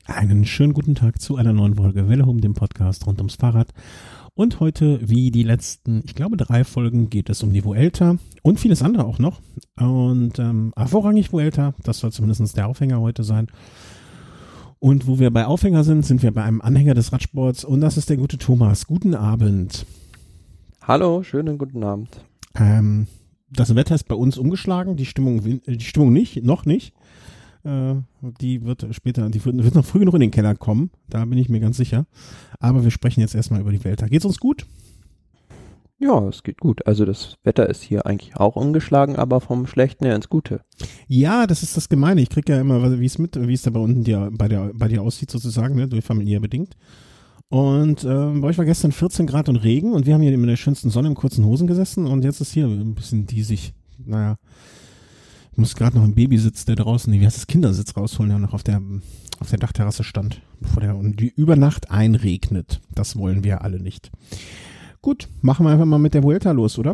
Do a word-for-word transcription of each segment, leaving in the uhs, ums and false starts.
Einen schönen guten Tag zu einer neuen Folge Welle Home, dem Podcast rund ums Fahrrad. Und heute, wie die letzten, ich glaube drei Folgen, geht es um die Vuelta und vieles andere auch noch. Und ähm, vorrangig Vuelta, das soll zumindest der Aufhänger heute sein. Und wo wir bei Aufhänger sind, sind wir bei einem Anhänger des Radsports und das ist der gute Thomas. Guten Abend. Hallo, schönen guten Abend. Ähm, das Wetter ist bei uns umgeschlagen, die Stimmung, die Stimmung nicht, noch nicht. Äh, die wird später, die wird, wird noch früh genug in den Keller kommen, da bin ich mir ganz sicher. Aber wir sprechen jetzt erstmal über die Vuelta. Geht's uns gut? Ja, es geht gut. Also das Wetter ist hier eigentlich auch umgeschlagen, aber vom Schlechten her ins Gute. Ja, das ist das Gemeine. Ich kriege ja immer, wie es mit, wie es da bei unten dir, bei, der, bei dir aussieht sozusagen, ne, durch familiär bedingt. Und äh, bei euch war gestern vierzehn Grad und Regen und wir haben hier in der schönsten Sonne in kurzen Hosen gesessen und jetzt ist hier ein bisschen diesig. Naja, ich muss gerade noch einen Babysitz, der draußen, wie heißt das, Kindersitz rausholen, der noch auf der, auf der Dachterrasse stand, bevor der und die über Nacht einregnet. Das wollen wir alle nicht. Gut, machen wir einfach mal mit der Vuelta los, oder?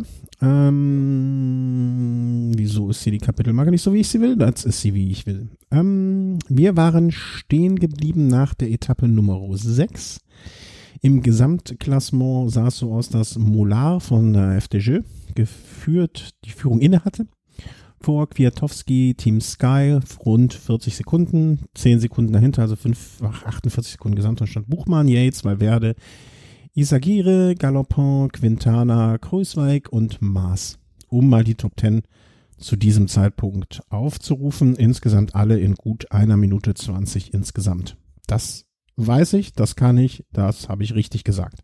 Ähm, wieso ist hier die Kapitelmarke nicht so, wie ich sie will? Das ist sie, wie ich will. Ähm, wir waren stehen geblieben nach der Etappe Nummer sechs. Im Gesamtklassement sah es so aus, dass Mollard von der F D J geführt, die Führung inne hatte. Vor Kwiatkowski, Team Sky, rund vierzig Sekunden, zehn Sekunden dahinter, also fünf, ach, achtundvierzig Sekunden Gesamtabstand. Buchmann, Yates, Valverde, Izagirre, Galopin, Quintana, Kruijswijk und Maas, um mal die Top Ten zu diesem Zeitpunkt aufzurufen. Insgesamt alle in gut einer Minute zwanzig insgesamt. Das weiß ich, das kann ich, das habe ich richtig gesagt.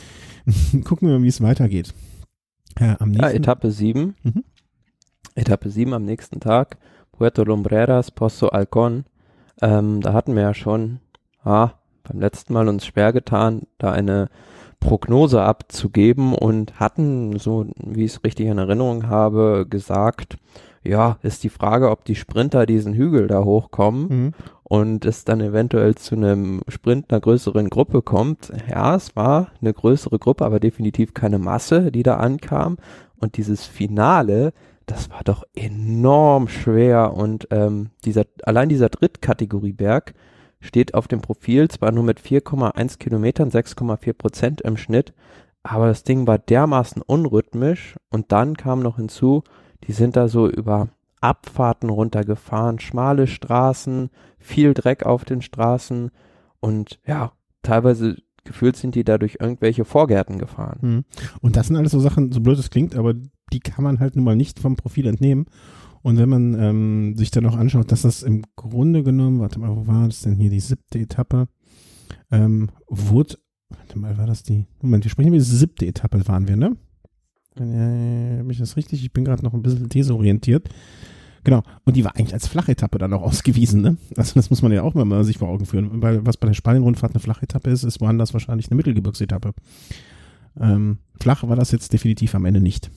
Gucken wir mal, wie es weitergeht. Ja, am nächsten ja, Etappe sieben. Mhm. Etappe sieben am nächsten Tag. Puerto Lumbreras, Pozo Alcón. Ähm, da hatten wir ja schon ah, beim letzten Mal uns schwer getan, da eine Prognose abzugeben und hatten, so wie ich es richtig in Erinnerung habe, gesagt, ja, ist die Frage, ob die Sprinter diesen Hügel da hochkommen mhm. und es dann eventuell zu einem Sprint einer größeren Gruppe kommt. Ja, es war eine größere Gruppe, aber definitiv keine Masse, die da ankam. Und dieses Finale, das war doch enorm schwer und ähm, dieser allein dieser Drittkategorieberg steht auf dem Profil zwar nur mit vier Komma eins Kilometern, sechs Komma vier Prozent im Schnitt, aber das Ding war dermaßen unrhythmisch und dann kam noch hinzu, die sind da so über Abfahrten runtergefahren, schmale Straßen, viel Dreck auf den Straßen und ja, teilweise gefühlt sind die da durch irgendwelche Vorgärten gefahren. Und das sind alles so Sachen, so blöd es klingt, aber die kann man halt nun mal nicht vom Profil entnehmen. Und wenn man ähm, sich dann noch anschaut, dass das im Grunde genommen, warte mal, wo war das denn hier, die siebte Etappe, ähm, wurde, warte mal, war das die, Moment, wir sprechen über die siebte Etappe, waren wir, ne? Äh, bin ich das richtig? Ich bin gerade noch ein bisschen desorientiert. Genau, und die war eigentlich als Flachetappe dann noch ausgewiesen, ne? Also das muss man ja auch mal sich vor Augen führen, weil was bei der Spanien-Rundfahrt eine Flachetappe ist, ist woanders wahrscheinlich eine Mittelgebirgsetappe. Ähm, flach war das jetzt definitiv am Ende nicht.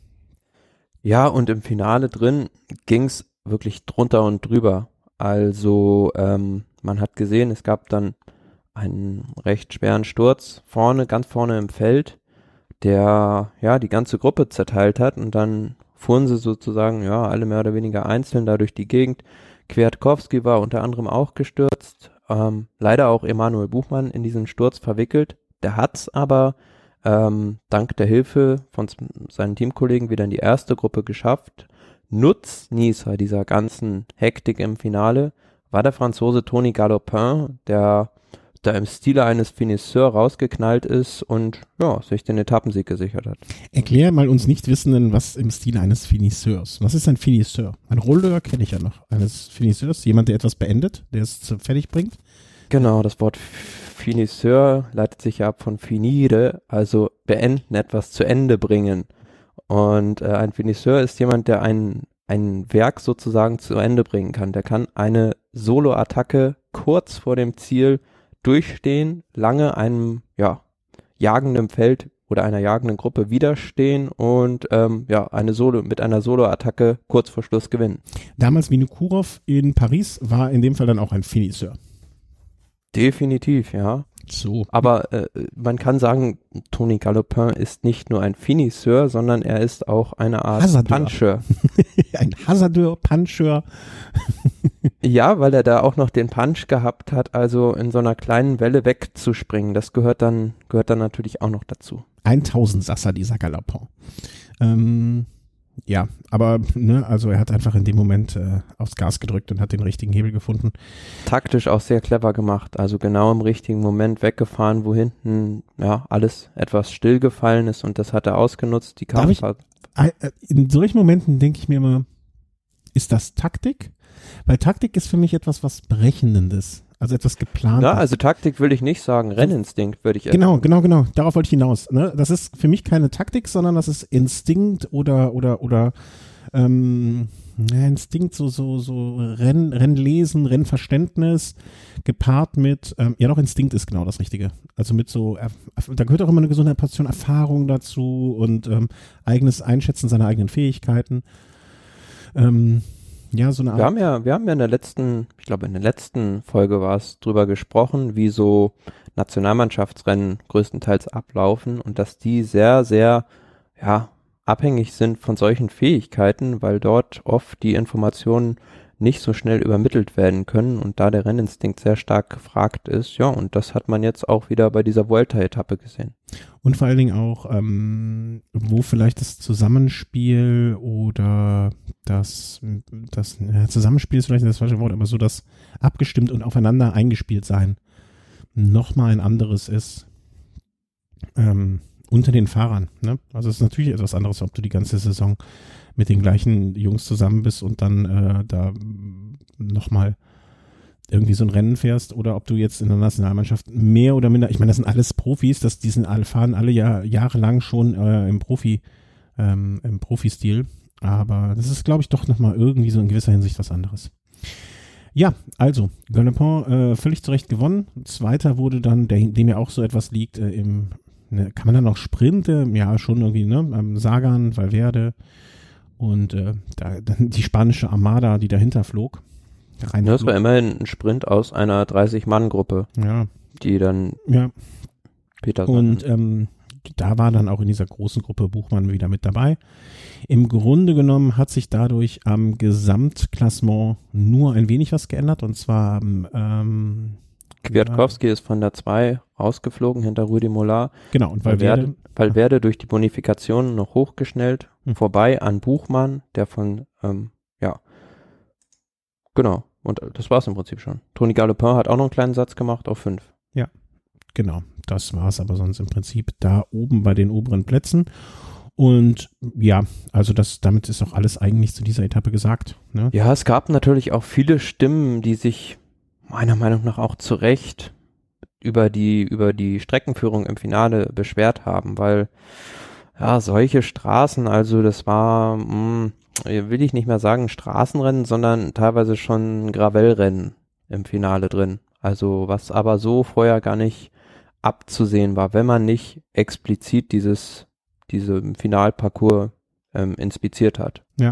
Ja, und im Finale drin ging's wirklich drunter und drüber. Also ähm, man hat gesehen, es gab dann einen recht schweren Sturz vorne, ganz vorne im Feld, der ja die ganze Gruppe zerteilt hat und dann fuhren sie sozusagen, ja, alle mehr oder weniger einzeln da durch die Gegend. Kwiatkowski war unter anderem auch gestürzt, ähm, leider auch Emanuel Buchmann in diesen Sturz verwickelt. Der hat's aber ähm, dank der Hilfe von seinen Teamkollegen wieder in die erste Gruppe geschafft. Nutznießer dieser ganzen Hektik im Finale war der Franzose Tony Galopin, der da im Stile eines Finisseurs rausgeknallt ist und ja, sich den Etappensieg gesichert hat. Erklär mal uns Nichtwissenden, was im Stile eines Finisseurs. Was ist ein Finisseur? Ein Rolleur kenne ich ja noch. Eines Finisseurs, jemand, der etwas beendet, der es fertig bringt. Genau, das Wort Finisseur leitet sich ja ab von finire, also beenden, etwas zu Ende bringen. Und äh, ein Finisseur ist jemand, der ein, ein Werk sozusagen zu Ende bringen kann. Der kann eine Solo-Attacke kurz vor dem Ziel durchstehen, lange einem ja, jagenden Feld oder einer jagenden Gruppe widerstehen und ähm, ja eine Solo mit einer Solo-Attacke kurz vor Schluss gewinnen. Damals Vinokourov in Paris war in dem Fall dann auch ein Finisseur. Definitiv, ja. So. Aber äh, man kann sagen, Tony Galopin ist nicht nur ein Finisseur, sondern er ist auch eine Art Hasardeur. Puncher. Ein Hasardeur, Puncher. Ja, weil er da auch noch den Punch gehabt hat, also in so einer kleinen Welle wegzuspringen. Das gehört dann, gehört dann natürlich auch noch dazu. Tausendsasser, dieser Galopin. Ähm, ja, aber ne, also er hat einfach in dem Moment äh, aufs Gas gedrückt und hat den richtigen Hebel gefunden. Taktisch auch sehr clever gemacht, also genau im richtigen Moment weggefahren, wo hinten ja alles etwas stillgefallen ist und das hat er ausgenutzt. Die Kampffahrt. In solchen Momenten denke ich mir immer, ist das Taktik? Weil Taktik ist für mich etwas was Berechnendes, also etwas geplantes. Ja, also Taktik will ich nicht sagen, Renninstinkt würde ich eher Genau, sagen. genau, genau, darauf wollte ich hinaus. Ne? Das ist für mich keine Taktik, sondern das ist Instinkt oder, oder, oder ähm, ja, Instinkt, so, so, so Renn, Rennlesen, Rennverständnis, gepaart mit, ähm, ja doch, Instinkt ist genau das Richtige. Also mit so, äh, da gehört auch immer eine gesunde Portion Erfahrung dazu und ähm, eigenes Einschätzen seiner eigenen Fähigkeiten. Ähm, ja, so eine Art. Wir haben ja, wir haben ja in der letzten, ich glaube in der letzten Folge war es, drüber gesprochen, wie so Nationalmannschaftsrennen größtenteils ablaufen und dass die sehr, sehr, ja, abhängig sind von solchen Fähigkeiten, weil dort oft die Informationen nicht so schnell übermittelt werden können und da der Renninstinkt sehr stark gefragt ist. Ja, und das hat man jetzt auch wieder bei dieser Vuelta-Etappe gesehen. Und vor allen Dingen auch, ähm, wo vielleicht das Zusammenspiel oder das, das ja, Zusammenspiel ist vielleicht das falsche Wort, aber so das abgestimmt und aufeinander eingespielt sein nochmal ein anderes ist ähm, unter den Fahrern. Ne? Also es ist natürlich etwas anderes, ob du die ganze Saison mit den gleichen Jungs zusammen bist und dann äh, da nochmal irgendwie so ein Rennen fährst oder ob du jetzt in der Nationalmannschaft mehr oder minder, ich meine, das sind alles Profis, das, die sind alle, fahren alle Jahr, jahrelang schon äh, im Profi, ähm, im Profi-Stil, aber das ist, glaube ich, doch nochmal irgendwie so in gewisser Hinsicht was anderes. Ja, also, Galopin äh, völlig zu Recht gewonnen. Zweiter wurde dann, der, dem ja auch so etwas liegt, äh, im, ne, kann man dann noch Sprinte? Ja, schon irgendwie, ne, am Sagan, Valverde und äh, da, dann die spanische Armada, die dahinter flog. Ja, das war immerhin ein Sprint aus einer dreißig-Mann-Gruppe, ja. die dann ja. Peter Und ähm, da war dann auch in dieser großen Gruppe Buchmann wieder mit dabei. Im Grunde genommen hat sich dadurch am Gesamtklassement nur ein wenig was geändert und zwar ähm, Kwiatkowski ja. ist von der zwei rausgeflogen hinter Rudi Mollard. Genau, und Valverde, Valverde ja. durch die Bonifikation noch hochgeschnellt, hm. vorbei an Buchmann, der von, ähm, ja, genau, und das war's im Prinzip schon. Tony Galopin hat auch noch einen kleinen Satz gemacht auf fünf. Ja, genau, das war's aber sonst im Prinzip da oben bei den oberen Plätzen. Und ja, also das, damit ist auch alles eigentlich zu dieser Etappe gesagt. Ne? Ja, es gab natürlich auch viele Stimmen, die sich meiner Meinung nach auch zu Recht über die, über die Streckenführung im Finale beschwert haben, weil ja, solche Straßen, also das war, mh, will ich nicht mehr sagen Straßenrennen, sondern teilweise schon Gravelrennen im Finale drin. Also was aber so vorher gar nicht abzusehen war, wenn man nicht explizit dieses diese Finalparcours ähm, inspiziert hat. Ja,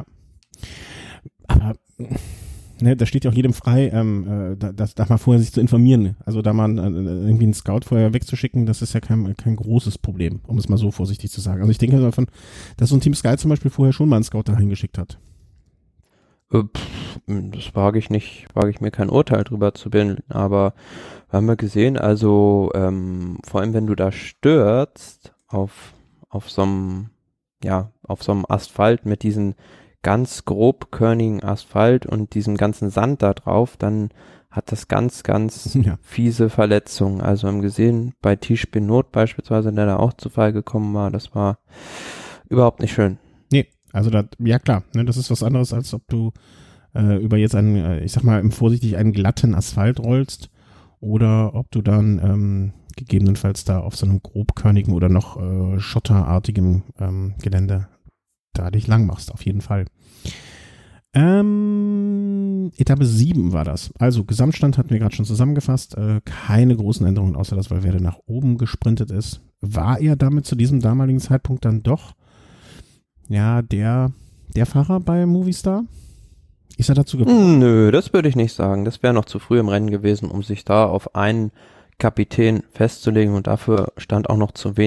aber ne, da steht ja auch jedem frei, ähm, äh, da, das, da mal vorher sich zu informieren. Also da mal äh, irgendwie einen Scout vorher wegzuschicken, das ist ja kein, kein großes Problem, um es mal so vorsichtig zu sagen. Also ich denke davon, dass so ein Team Sky zum Beispiel vorher schon mal einen Scout dahin geschickt hat. Äh, pff, das wage ich nicht, wage ich mir kein Urteil drüber zu bilden, aber wir haben ja gesehen, also ähm, vor allem wenn du da stürzt auf auf so einem, ja, auf so einem Asphalt mit diesen ganz grobkörnigen Asphalt und diesem ganzen Sand da drauf, dann hat das ganz, ganz ja. fiese Verletzungen. Also haben gesehen, bei Tish Benot beispielsweise, der da auch zu Fall gekommen war, das war überhaupt nicht schön. Nee, also da, ja klar, ne, das ist was anderes, als ob du äh, über jetzt einen, äh, ich sag mal, vorsichtig einen glatten Asphalt rollst oder ob du dann ähm, gegebenenfalls da auf so einem grobkörnigen oder noch äh, schotterartigen ähm, Gelände da dich lang machst, auf jeden Fall. Ähm, Etappe sieben war das. Also Gesamtstand hatten wir gerade schon zusammengefasst. Äh, keine großen Änderungen, außer dass Valverde nach oben gesprintet ist. War er damit zu diesem damaligen Zeitpunkt dann doch ja der, der Fahrer bei Movistar? Ist er dazu gekommen? Nö, das würde ich nicht sagen. Das wäre noch zu früh im Rennen gewesen, um sich da auf einen Kapitän festzulegen und dafür stand auch noch zu wenig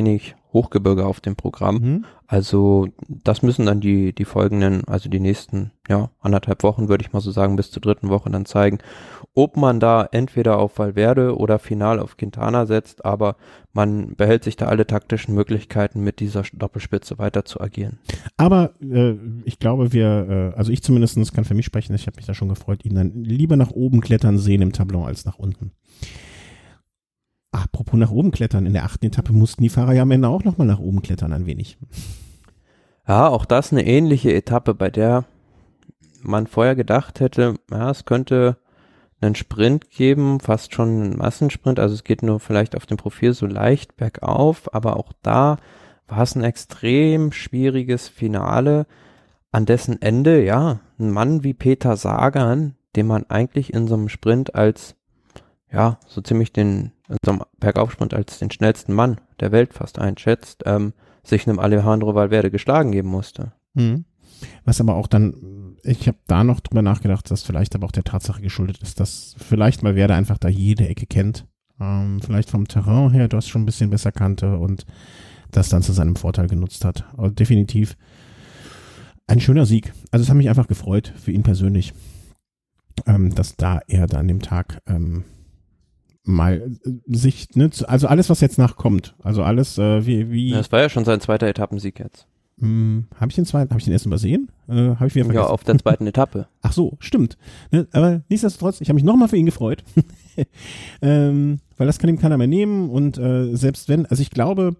Hochgebirge auf dem Programm. Mhm. Also das müssen dann die die folgenden, also die nächsten ja anderthalb Wochen, würde ich mal so sagen, bis zur dritten Woche dann zeigen, ob man da entweder auf Valverde oder final auf Quintana setzt, aber man behält sich da alle taktischen Möglichkeiten, mit dieser Doppelspitze weiter zu agieren. Aber äh, ich glaube, wir, äh, also ich zumindest kann für mich sprechen, ich habe mich da schon gefreut, ihn dann lieber nach oben klettern sehen im Tableau als nach unten. Apropos nach oben klettern, in der achten Etappe mussten die Fahrer ja am Ende auch nochmal nach oben klettern, ein wenig. Ja, auch das eine ähnliche Etappe, bei der man vorher gedacht hätte, ja, es könnte einen Sprint geben, fast schon einen Massensprint, also es geht nur vielleicht auf dem Profil so leicht bergauf, aber auch da war es ein extrem schwieriges Finale, an dessen Ende, ja, ein Mann wie Peter Sagan, den man eigentlich in so einem Sprint als, ja, so ziemlich den, in so einem Bergaufsprint als den schnellsten Mann der Welt fast einschätzt, ähm, sich einem Alejandro Valverde geschlagen geben musste. Mhm. Was aber auch dann, ich habe da noch drüber nachgedacht, dass vielleicht aber auch der Tatsache geschuldet ist, dass vielleicht Valverde einfach da jede Ecke kennt. Ähm, vielleicht vom Terrain her, das schon ein bisschen besser kannte und das dann zu seinem Vorteil genutzt hat. Aber definitiv ein schöner Sieg. Also es hat mich einfach gefreut für ihn persönlich, ähm, dass da er da an dem Tag ähm, mal sich, ne, also alles, was jetzt nachkommt, also alles äh, wie, wie. Das war ja schon sein zweiter Etappensieg jetzt. Hm, habe ich den zweiten, habe ich den ersten übersehen? Äh, habe ich wieder vergessen. Ja, auf der zweiten Etappe. Ach so, stimmt. Ne, aber nichtsdestotrotz, ich habe mich nochmal für ihn gefreut, ähm, weil das kann ihm keiner mehr nehmen und äh, selbst wenn, also ich glaube,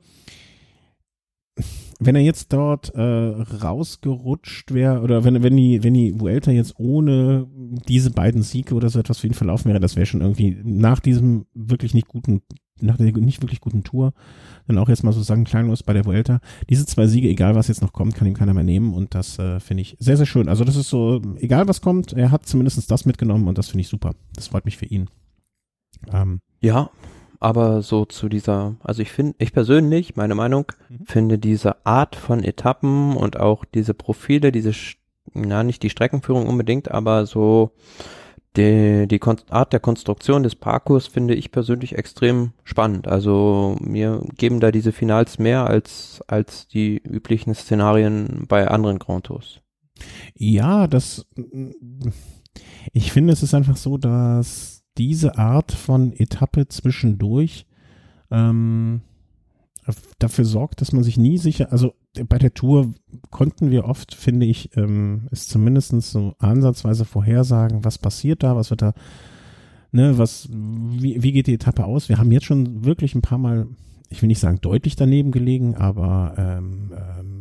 wenn er jetzt dort äh, rausgerutscht wäre oder wenn wenn die wenn die Vuelta jetzt ohne diese beiden Siege oder so etwas für ihn verlaufen wäre, das wäre schon irgendwie nach diesem wirklich nicht guten, nach der nicht wirklich guten Tour, dann auch jetzt mal so sagen, kleinlos bei der Vuelta, diese zwei Siege, egal was jetzt noch kommt, kann ihm keiner mehr nehmen und das äh, finde ich sehr, sehr schön. Also das ist so, egal was kommt, er hat zumindest das mitgenommen und das finde ich super. Das freut mich für ihn. Ähm, ja, aber so zu dieser, also ich finde, ich persönlich, meine Meinung, mhm. finde diese Art von Etappen und auch diese Profile, diese, na nicht die Streckenführung unbedingt, aber so die, die Kon- Art der Konstruktion des Parcours finde ich persönlich extrem spannend. Also mir geben da diese Finals mehr als, als die üblichen Szenarien bei anderen Grand Tours. Ja, das, ich finde, es ist einfach so, dass diese Art von Etappe zwischendurch ähm, dafür sorgt, dass man sich nie sicher, also bei der Tour konnten wir oft, finde ich, ähm, es zumindest so ansatzweise vorhersagen, was passiert da, was wird da, ne, was, wie, wie geht die Etappe aus? Wir haben jetzt schon wirklich ein paar Mal, ich will nicht sagen deutlich daneben gelegen, aber ähm,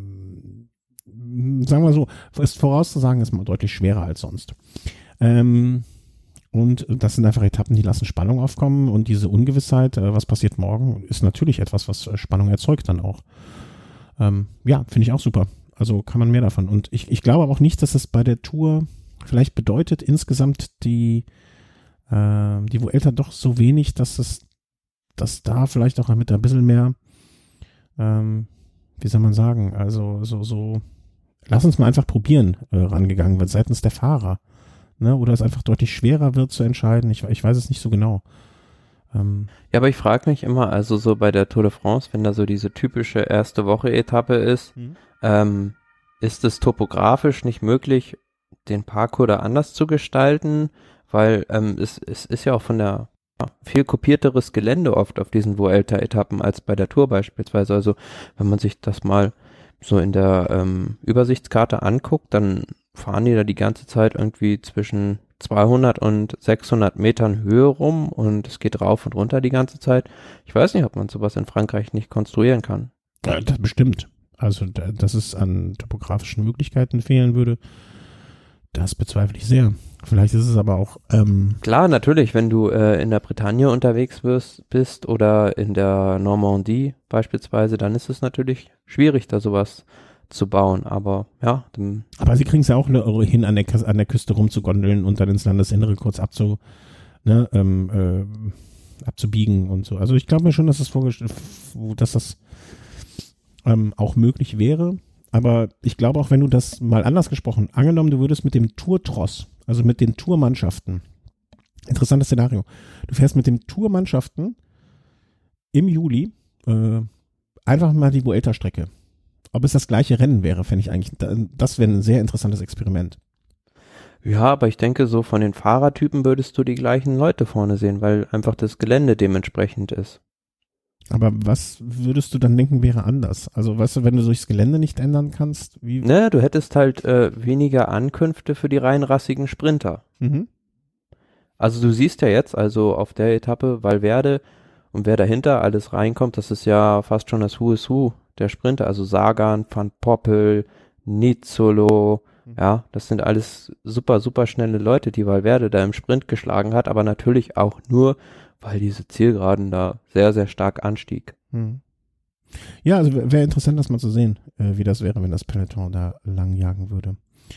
ähm, sagen wir so, ist vorauszusagen, ist mal deutlich schwerer als sonst. Ähm, Und das sind einfach Etappen, die lassen Spannung aufkommen und diese Ungewissheit, äh, was passiert morgen, ist natürlich etwas, was äh, Spannung erzeugt dann auch. Ähm, ja, finde ich auch super. Also kann man mehr davon. Und ich, ich glaube auch nicht, dass es bei der Tour vielleicht bedeutet insgesamt die, äh, die Vuelta doch so wenig, dass es, dass da vielleicht auch mit ein bisschen mehr, ähm, wie soll man sagen, also so, so, lass uns mal einfach probieren, äh, rangegangen wird seitens der Fahrer. Ne, oder es einfach deutlich schwerer wird zu entscheiden. Ich, ich weiß es nicht so genau. Ähm. Ja, aber ich frage mich immer, also so bei der Tour de France, wenn da so diese typische erste Woche-Etappe ist, mhm. ähm, ist es topografisch nicht möglich, den Parcours da anders zu gestalten? Weil ähm, es, es ist ja auch von der ja, viel kopierteres Gelände oft auf diesen Vuelta-Etappen als bei der Tour beispielsweise. Also wenn man sich das mal so in der ähm, Übersichtskarte anguckt, dann fahren die da die ganze Zeit irgendwie zwischen zweihundert und sechshundert Metern Höhe rum und es geht rauf und runter die ganze Zeit. Ich weiß nicht, ob man sowas in Frankreich nicht konstruieren kann. Ja, das bestimmt. Also, dass es an topografischen Möglichkeiten fehlen würde, das bezweifle ich sehr. Vielleicht ist es aber auch ähm klar, natürlich, wenn du äh, in der Bretagne unterwegs wirst, bist oder in der Normandie beispielsweise, dann ist es natürlich schwierig, da sowas zu bauen, aber ja. Aber sie kriegen es ja auch hin, an der, an der Küste rumzugondeln und dann ins Landesinnere kurz abzu, ne, ähm, äh, abzubiegen und so. Also ich glaube mir schon, dass das, vorgestellt, dass das ähm, auch möglich wäre, aber ich glaube auch, wenn du das mal anders gesprochen, angenommen, du würdest mit dem Tourtross, also mit den Tourmannschaften, interessantes Szenario, du fährst mit den Tourmannschaften im Juli äh, einfach mal die Vuelta-Strecke. Ob es das gleiche Rennen wäre, fände ich eigentlich, das wäre ein sehr interessantes Experiment. Ja, aber ich denke, so von den Fahrertypen würdest du die gleichen Leute vorne sehen, weil einfach das Gelände dementsprechend ist. Aber was würdest du dann denken, wäre anders? Also, weißt du, wenn du durchs Gelände nicht ändern kannst, wie? Ne, du hättest halt äh, weniger Ankünfte für die reinrassigen Sprinter. Mhm. Also du siehst ja jetzt, also auf der Etappe Valverde und wer dahinter alles reinkommt, das ist ja fast schon das Who is Who der Sprinter, also Sagan, Van Poppel, Nizzolo, mhm. ja, das sind alles super, super schnelle Leute, die Valverde da im Sprint geschlagen hat, aber natürlich auch nur, weil diese Zielgeraden da sehr, sehr stark anstieg. Mhm. Ja, also wäre interessant, das mal zu sehen, äh, wie das wäre, wenn das Peloton da lang jagen würde.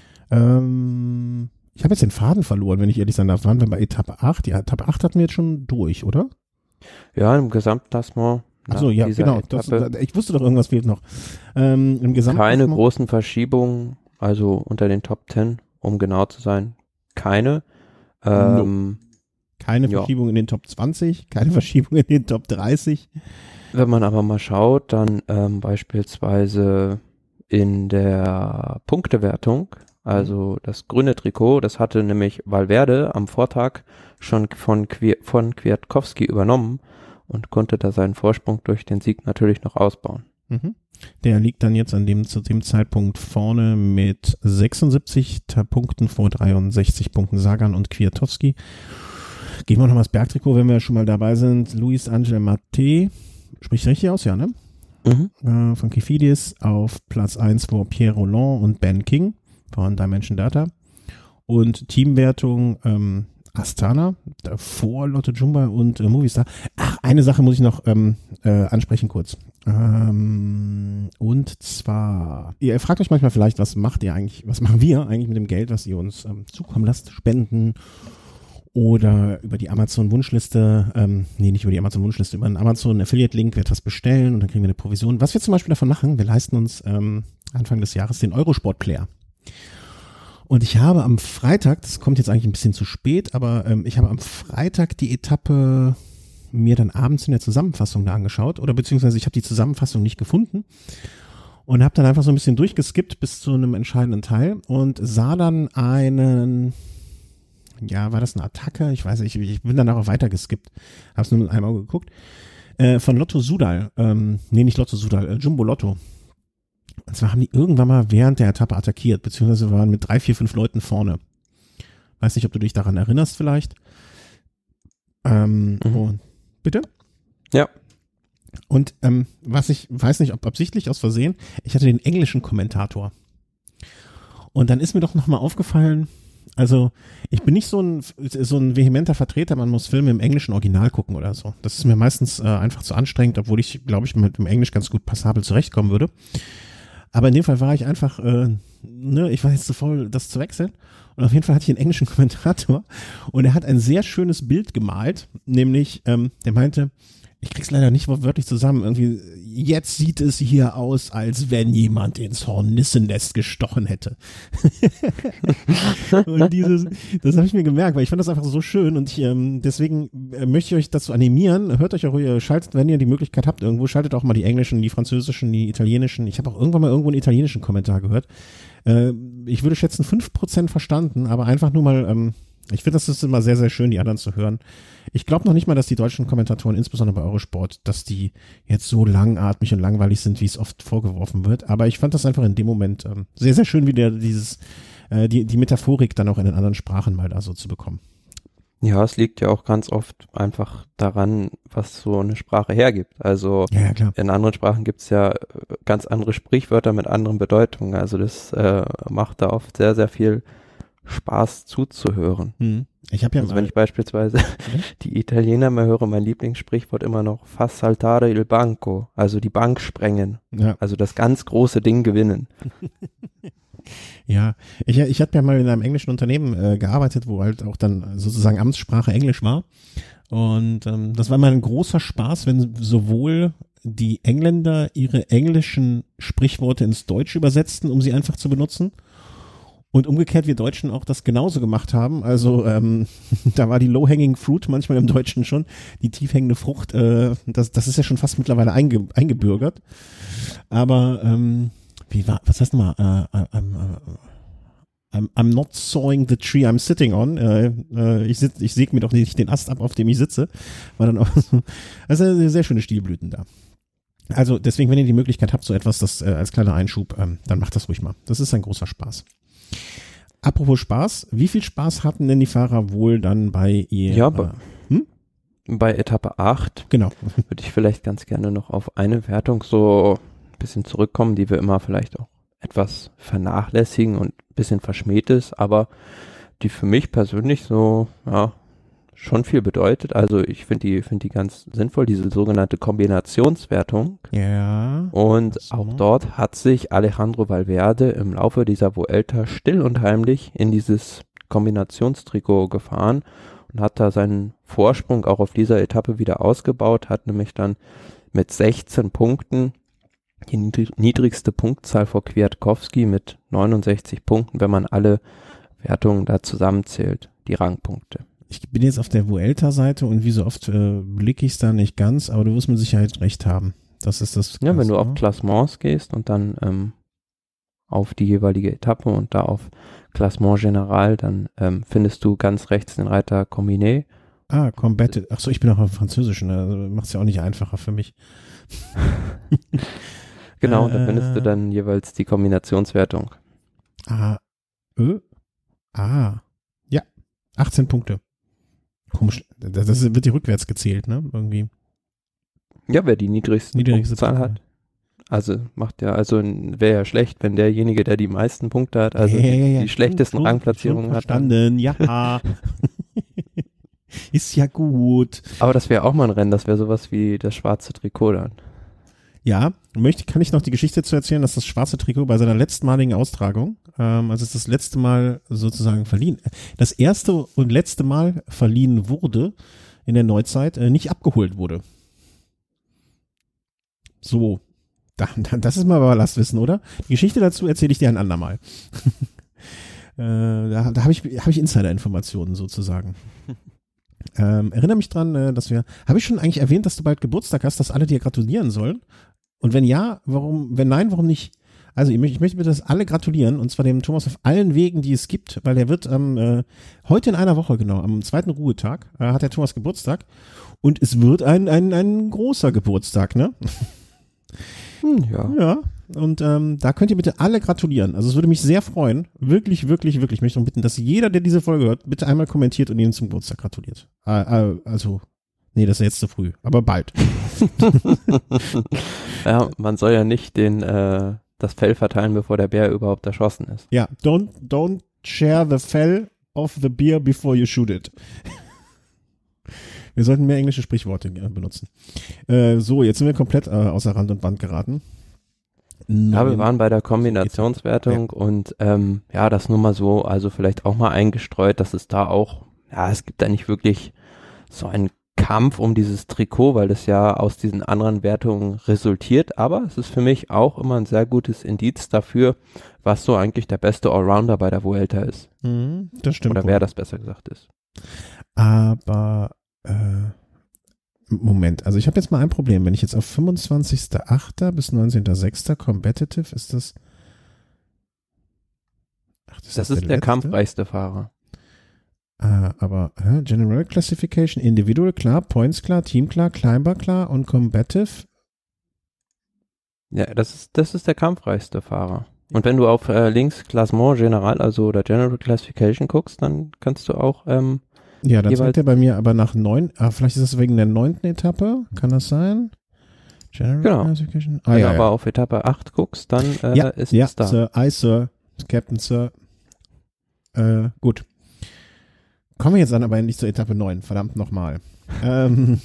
Ähm, ich habe jetzt den Faden verloren, wenn ich ehrlich sein darf. Waren wir bei Etappe acht? Die Etappe acht hatten wir jetzt schon durch, oder? Ja, im Gesamtklassement. Achso, ja, genau. Das, ich wusste doch, irgendwas fehlt noch. Ähm, im Keine großen Verschiebungen, also unter den Top Ten, um genau zu sein. Keine. Ähm, no. Keine ja. Verschiebung in den Top zwanzig, keine Verschiebung in den Top dreißig. Wenn man aber mal schaut, dann ähm, beispielsweise in der Punktewertung, also das grüne Trikot, das hatte nämlich Valverde am Vortag schon von, Kwi- von Kwiatkowski übernommen und konnte da seinen Vorsprung durch den Sieg natürlich noch ausbauen. Mhm. Der liegt dann jetzt an dem, zu dem Zeitpunkt vorne mit sechsundsiebzig Punkten vor dreiundsechzig Punkten Sagan und Kwiatkowski. Gehen wir noch mal das Bergtrikot, wenn wir schon mal dabei sind. Luis Angel Maté, spricht richtig aus, ja, ne? Mhm. Äh, von Kifidis auf Platz eins vor Pierre Rolland und Ben King von Dimension Data. Und Teamwertung ähm, Astana, davor Lotto Jumba und äh, Movistar. Ach, eine Sache muss ich noch ähm, äh, ansprechen kurz. Ähm, und zwar, ihr fragt euch manchmal vielleicht, was macht ihr eigentlich, was machen wir eigentlich mit dem Geld, was ihr uns ähm, zukommen lasst, spenden oder über die Amazon-Wunschliste, ähm, nee, nicht über die Amazon-Wunschliste, über einen Amazon-Affiliate-Link wird was bestellen und dann kriegen wir eine Provision. Was wir zum Beispiel davon machen, wir leisten uns ähm, Anfang des Jahres den Eurosport-Player. Und ich habe am Freitag, das kommt jetzt eigentlich ein bisschen zu spät, aber ähm, ich habe am Freitag die Etappe mir dann abends in der Zusammenfassung da angeschaut oder beziehungsweise ich habe die Zusammenfassung nicht gefunden und habe dann einfach so ein bisschen durchgeskippt bis zu einem entscheidenden Teil und sah dann einen, ja, war das eine Attacke? Ich weiß nicht, ich, ich bin danach auch weiter geskippt, habe es nur mit einem Auge geguckt, äh, von Lotto Soudal, ähm, nee, nicht Lotto Soudal, äh, Jumbo Lotto. Und zwar haben die irgendwann mal während der Etappe attackiert, beziehungsweise waren mit drei, vier, fünf Leuten vorne. Weiß nicht, ob du dich daran erinnerst vielleicht. Ähm, mhm. und, bitte? Ja. Und ähm, was ich, weiß nicht, ob absichtlich aus Versehen, ich hatte den englischen Kommentator. Und dann ist mir doch nochmal aufgefallen, also ich bin nicht so ein so ein vehementer Vertreter, man muss Filme im englischen Original gucken oder so. Das ist mir meistens äh, einfach zu anstrengend, obwohl ich, glaube ich, mit dem Englisch ganz gut passabel zurechtkommen würde. Aber in dem Fall war ich einfach, äh, ne, ich war jetzt zu voll, das zu wechseln. Und auf jeden Fall hatte ich einen englischen Kommentator und er hat ein sehr schönes Bild gemalt, nämlich, ähm, der meinte, ich krieg's leider nicht wortwörtlich zusammen, irgendwie, jetzt sieht es hier aus, als wenn jemand ins Hornissennest gestochen hätte. Und dieses, das habe ich mir gemerkt, weil ich fand das einfach so schön und ich, ähm, deswegen äh, möchte ich euch dazu animieren, hört euch auch, ihr schaltet, wenn ihr die Möglichkeit habt irgendwo, schaltet auch mal die englischen, die französischen, die italienischen, ich habe auch irgendwann mal irgendwo einen italienischen Kommentar gehört. Äh, ich würde schätzen fünf Prozent verstanden, aber einfach nur mal, ähm, ich finde, das ist immer sehr, sehr schön, die anderen zu hören. Ich glaube noch nicht mal, dass die deutschen Kommentatoren, insbesondere bei Eurosport, dass die jetzt so langatmig und langweilig sind, wie es oft vorgeworfen wird. Aber ich fand das einfach in dem Moment ähm, sehr, sehr schön, wie der dieses äh, die die Metaphorik dann auch in den anderen Sprachen mal da so zu bekommen. Ja, es liegt ja auch ganz oft einfach daran, was so eine Sprache hergibt. Also ja, ja, klar. In anderen Sprachen gibt's ja ganz andere Sprichwörter mit anderen Bedeutungen. Also das äh, macht da oft sehr, sehr viel Spaß zuzuhören. Hm. Ich habe ja also wenn ich beispielsweise die Italiener mal höre, mein Lieblingssprichwort immer noch fa saltare il banco, also die Bank sprengen, ja. Also das ganz große Ding gewinnen. Ja, ich, ich hatte ja mal in einem englischen Unternehmen äh, gearbeitet, wo halt auch dann sozusagen Amtssprache Englisch war und ähm, das war immer ein großer Spaß, wenn sowohl die Engländer ihre englischen Sprichworte ins Deutsche übersetzten, um sie einfach zu benutzen, Und umgekehrt wir Deutschen auch das genauso gemacht haben. Also ähm, da war die Low-Hanging Fruit manchmal im Deutschen schon, die tiefhängende Frucht, äh, das, das ist ja schon fast mittlerweile einge, eingebürgert. Aber ähm, wie war, was heißt nochmal? Äh, äh, äh, I'm, I'm not sawing the tree I'm sitting on. Äh, äh, ich sitz, ich säge mir doch nicht den Ast ab, auf dem ich sitze. War dann auch so, also sehr schöne Stilblüten da. Also deswegen, wenn ihr die Möglichkeit habt, so etwas, das äh, als kleiner Einschub, ähm, dann macht das ruhig mal. Das ist ein großer Spaß. Apropos Spaß, wie viel Spaß hatten denn die Fahrer wohl dann bei ihr? Ja, bei, hm? bei Etappe acht genau. würde ich vielleicht ganz gerne noch auf eine Wertung so ein bisschen zurückkommen, die wir immer vielleicht auch etwas vernachlässigen und ein bisschen verschmäht ist, aber die für mich persönlich so, ja, schon viel bedeutet. Also ich finde die, finde die ganz sinnvoll, diese sogenannte Kombinationswertung. Ja. Und so. Auch dort hat sich Alejandro Valverde im Laufe dieser Vuelta still und heimlich in dieses Kombinationstrikot gefahren und hat da seinen Vorsprung auch auf dieser Etappe wieder ausgebaut, hat nämlich dann mit sechzehn Punkten die niedrigste Punktzahl vor Kwiatkowski mit neunundsechzig Punkten, wenn man alle Wertungen da zusammenzählt, die Rangpunkte. Ich bin jetzt auf der Vuelta-Seite und wie so oft äh, blicke ich es da nicht ganz, aber du wirst mit Sicherheit recht haben. Das ist das. Ja, wenn du ne? auf Klassements gehst und dann ähm, auf die jeweilige Etappe und da auf Klassement General, dann ähm, findest du ganz rechts den Reiter Combiné. Ah, Combative. Achso, ich bin auch auf Französischen, also macht es ja auch nicht einfacher für mich. Genau, äh, da findest du dann jeweils die Kombinationswertung. Ah, ö, ah, ja, achtzehn Punkte. Komisch, das, das wird die rückwärts gezählt, ne, irgendwie. Ja, wer die niedrigste, Niedrigste Punktzahl Punkte. hat. Also macht ja, also wäre ja schlecht, wenn derjenige, der die meisten Punkte hat, also ja, ja, ja. die, die schlechtesten schon, Rangplatzierungen schon hat. Verstanden, ja. Ist ja gut. Aber das wäre auch mal ein Rennen, das wäre sowas wie das schwarze Trikot dann. Ja, möchte, kann ich noch die Geschichte zu erzählen, dass das schwarze Trikot bei seiner letztmaligen Austragung, ähm, also es das letzte Mal sozusagen verliehen, das erste und letzte Mal verliehen wurde in der Neuzeit, äh, nicht abgeholt wurde. So, da, da, das ist mal Ballastwissen, oder? Die Geschichte dazu erzähle ich dir ein andermal. äh, da da habe ich, hab ich Insider-Informationen sozusagen. Ähm, erinnere mich dran, äh, dass wir, habe ich schon eigentlich erwähnt, dass du bald Geburtstag hast, dass alle dir gratulieren sollen? Und wenn ja, warum, wenn nein, warum nicht? Also ich möchte, ich möchte bitte, dass alle gratulieren, und zwar dem Thomas auf allen Wegen, die es gibt, weil er wird am, ähm, äh, heute in einer Woche, genau, am zweiten Ruhetag, äh, hat der Thomas Geburtstag, und es wird ein, ein, ein großer Geburtstag, ne? Hm, ja. Ja, und ähm, da könnt ihr bitte alle gratulieren. Also es würde mich sehr freuen, wirklich, wirklich, wirklich. Ich möchte darum bitten, dass jeder, der diese Folge hört, bitte einmal kommentiert und ihnen zum Geburtstag gratuliert. Äh, äh, also, nee, das ist jetzt zu früh, aber bald. Ja, man soll ja nicht den, äh, das Fell verteilen, bevor der Bär überhaupt erschossen ist. Ja, don't, don't share the fell of the beer before you shoot it. Wir sollten mehr englische Sprichworte äh, benutzen. Äh, so, jetzt sind wir komplett äh, außer Rand und Band geraten. Neun. Ja, wir waren bei der Kombinationswertung ja. und ähm, ja, das nur mal so, also vielleicht auch mal eingestreut, dass es da auch, ja, es gibt da nicht wirklich so einen Kampf um dieses Trikot, weil das ja aus diesen anderen Wertungen resultiert, aber es ist für mich auch immer ein sehr gutes Indiz dafür, was so eigentlich der beste Allrounder bei der Vuelta ist. Mhm, das stimmt. Oder wohl. wer das besser gesagt ist. Aber äh, Moment, also ich habe jetzt mal ein Problem. Wenn ich jetzt auf fünfundzwanzigster achter bis neunzehnter sechster Competitive, ist das Ach, das, das ist der, der kampfreichste Fahrer. Ah, aber äh, General Classification, Individual klar, Points klar, Team klar, Climber klar und Combative. Ja, das ist, das ist der kampfreichste Fahrer. Und wenn du auf äh, links Klassement General, also oder General Classification guckst, dann kannst du auch ähm, ja, dann zeigt er bei mir aber nach neun, ah, vielleicht ist das wegen der neunten Etappe, kann das sein? General genau. Classification? Ah, wenn ja, du ja. aber auf Etappe acht guckst, dann äh, ja, ist ja, es da. Sir, I, Sir, Captain, Sir. Äh, gut. Kommen wir jetzt dann aber endlich zur Etappe neun, verdammt nochmal. ähm,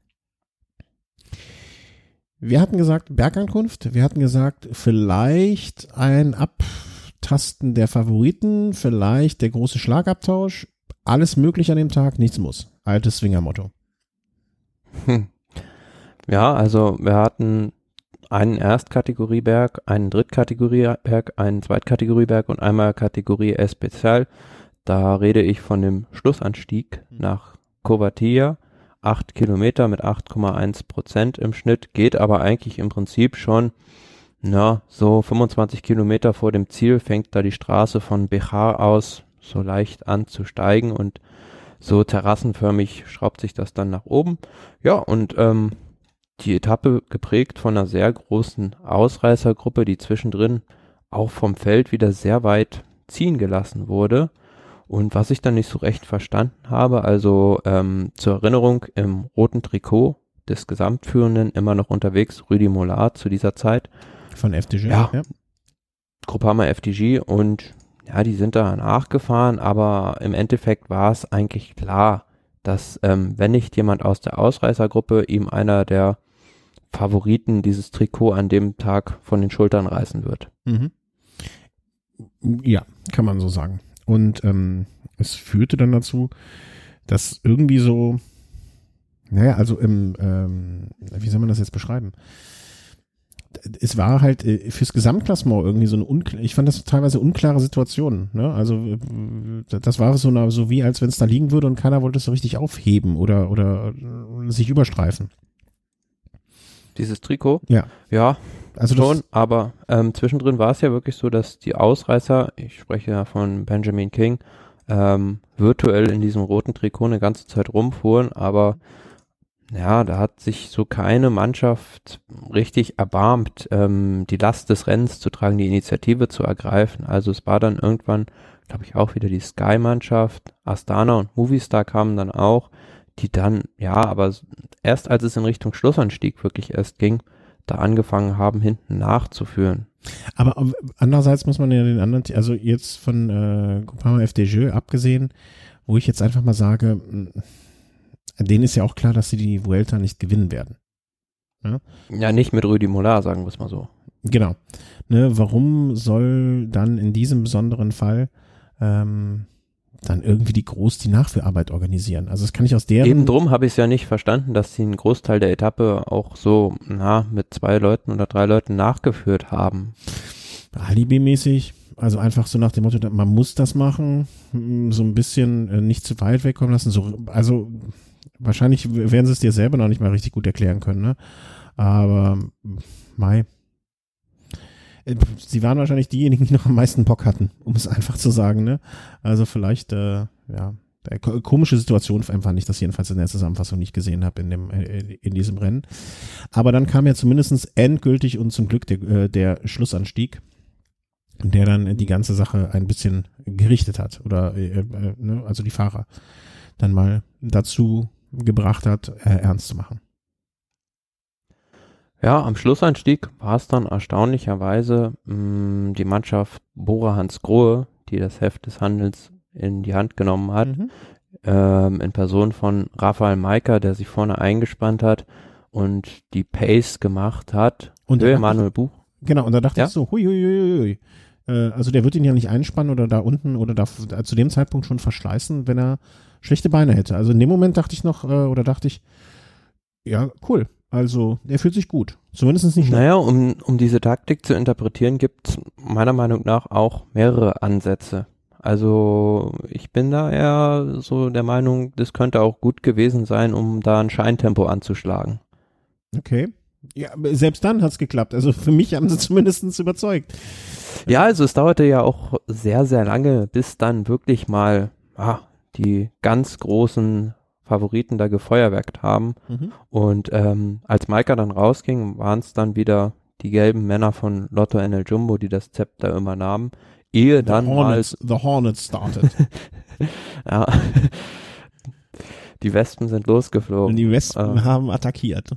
wir hatten gesagt, Bergankunft, wir hatten gesagt, vielleicht ein Abtasten der Favoriten, vielleicht der große Schlagabtausch, alles möglich an dem Tag, nichts muss. Altes Swinger-Motto. Hm. Ja, also wir hatten einen Erstkategorieberg, einen Drittkategorieberg, einen Zweitkategorieberg und einmal Kategorie Especial. Da rede ich von dem Schlussanstieg nach Covatilla, acht Kilometer mit acht Komma eins Prozent im Schnitt, geht aber eigentlich im Prinzip schon, na, so fünfundzwanzig Kilometer vor dem Ziel fängt da die Straße von Béjar aus so leicht an zu steigen und so terrassenförmig schraubt sich das dann nach oben. Ja, und ähm, die Etappe geprägt von einer sehr großen Ausreißergruppe, die zwischendrin auch vom Feld wieder sehr weit ziehen gelassen wurde. Und was ich dann nicht so recht verstanden habe, also ähm, zur Erinnerung, im roten Trikot des Gesamtführenden immer noch unterwegs, Rudi Mollard zu dieser Zeit. Von F D G, ja. ja. Groupama F D G und ja, die sind da nachgefahren, aber im Endeffekt war es eigentlich klar, dass ähm, wenn nicht jemand aus der Ausreißergruppe ihm einer der Favoriten dieses Trikot an dem Tag von den Schultern reißen wird. Mhm. Ja, kann man so sagen. Und ähm, es führte dann dazu, dass irgendwie so, naja, also im, ähm, wie soll man das jetzt beschreiben? Es war halt äh, fürs Gesamtklassement irgendwie so eine unklar, ich fand das teilweise unklare Situation, ne? Also äh, das war so eine, so wie als wenn es da liegen würde und keiner wollte es so richtig aufheben oder oder äh, sich überstreifen. Dieses Trikot? Ja. Ja, also schon, aber ähm, zwischendrin war es ja wirklich so, dass die Ausreißer, ich spreche ja von Benjamin King, ähm, virtuell in diesem roten Trikot eine ganze Zeit rumfuhren, aber ja, da hat sich so keine Mannschaft richtig erbarmt, ähm, die Last des Rennens zu tragen, die Initiative zu ergreifen. Also es war dann irgendwann, glaube ich, auch wieder die Sky-Mannschaft, Astana und Movistar kamen dann auch, die dann, ja, aber erst als es in Richtung Schlussanstieg wirklich erst ging, da angefangen haben, hinten nachzuführen. Aber andererseits muss man ja den anderen, also jetzt von äh, Groupama F D G abgesehen, wo ich jetzt einfach mal sage, denen ist ja auch klar, dass sie die Vuelta nicht gewinnen werden. Ja, ja nicht mit Rudi Mollard, sagen wir es mal so. Genau. Ne, warum soll dann in diesem besonderen Fall ähm, dann irgendwie die groß die Nachführarbeit organisieren? Also das kann ich aus deren... Eben drum habe ich es ja nicht verstanden, dass sie einen Großteil der Etappe auch so, na, mit zwei Leuten oder drei Leuten nachgeführt haben. Alibi-mäßig, also einfach so nach dem Motto, man muss das machen, so ein bisschen äh, nicht zu weit wegkommen lassen, so, also wahrscheinlich werden sie es dir selber noch nicht mal richtig gut erklären können, ne? Aber Mai. Sie waren wahrscheinlich diejenigen, die noch am meisten Bock hatten, um es einfach zu sagen, ne? Also vielleicht, äh, ja, komische Situation fand ich das jedenfalls in der Zusammenfassung nicht gesehen habe in dem in diesem Rennen. Aber dann kam ja zumindest endgültig und zum Glück der, der Schlussanstieg, der dann die ganze Sache ein bisschen gerichtet hat oder äh, ne, also die Fahrer dann mal dazu gebracht hat, äh, ernst zu machen. Ja, am Schlussanstieg war es dann erstaunlicherweise mh, die Mannschaft Bora Hansgrohe, die das Heft des Handels in die Hand genommen hat, mhm. ähm, in Person von Rafael Majka, der sich vorne eingespannt hat und die Pace gemacht hat. Und Emanuel Buch. Genau, und da dachte ja? ich so, hui, hui, hui, hui. Äh, also der wird ihn ja nicht einspannen oder da unten oder da äh, zu dem Zeitpunkt schon verschleißen, wenn er schlechte Beine hätte. Also in dem Moment dachte ich noch, äh, oder dachte ich, ja, cool. Also, der fühlt sich gut. Zumindest nicht. Naja, um, um diese Taktik zu interpretieren, gibt es meiner Meinung nach auch mehrere Ansätze. Also, ich bin da eher so der Meinung, das könnte auch gut gewesen sein, um da ein Scheintempo anzuschlagen. Okay. Ja, selbst dann hat es geklappt. Also, für mich haben sie zumindest überzeugt. Ja, also es dauerte ja auch sehr, sehr lange, bis dann wirklich mal ah, die ganz großen Favoriten da gefeuerwerkt haben. Mhm. Und ähm, als Majka dann rausging, waren es dann wieder die gelben Männer von Lotto N L Jumbo, die das Zepter übernahmen. Ehe the dann Hornets, mal... The Hornets started. Ja. Die Wespen sind losgeflogen. Und die Wespen äh, haben attackiert.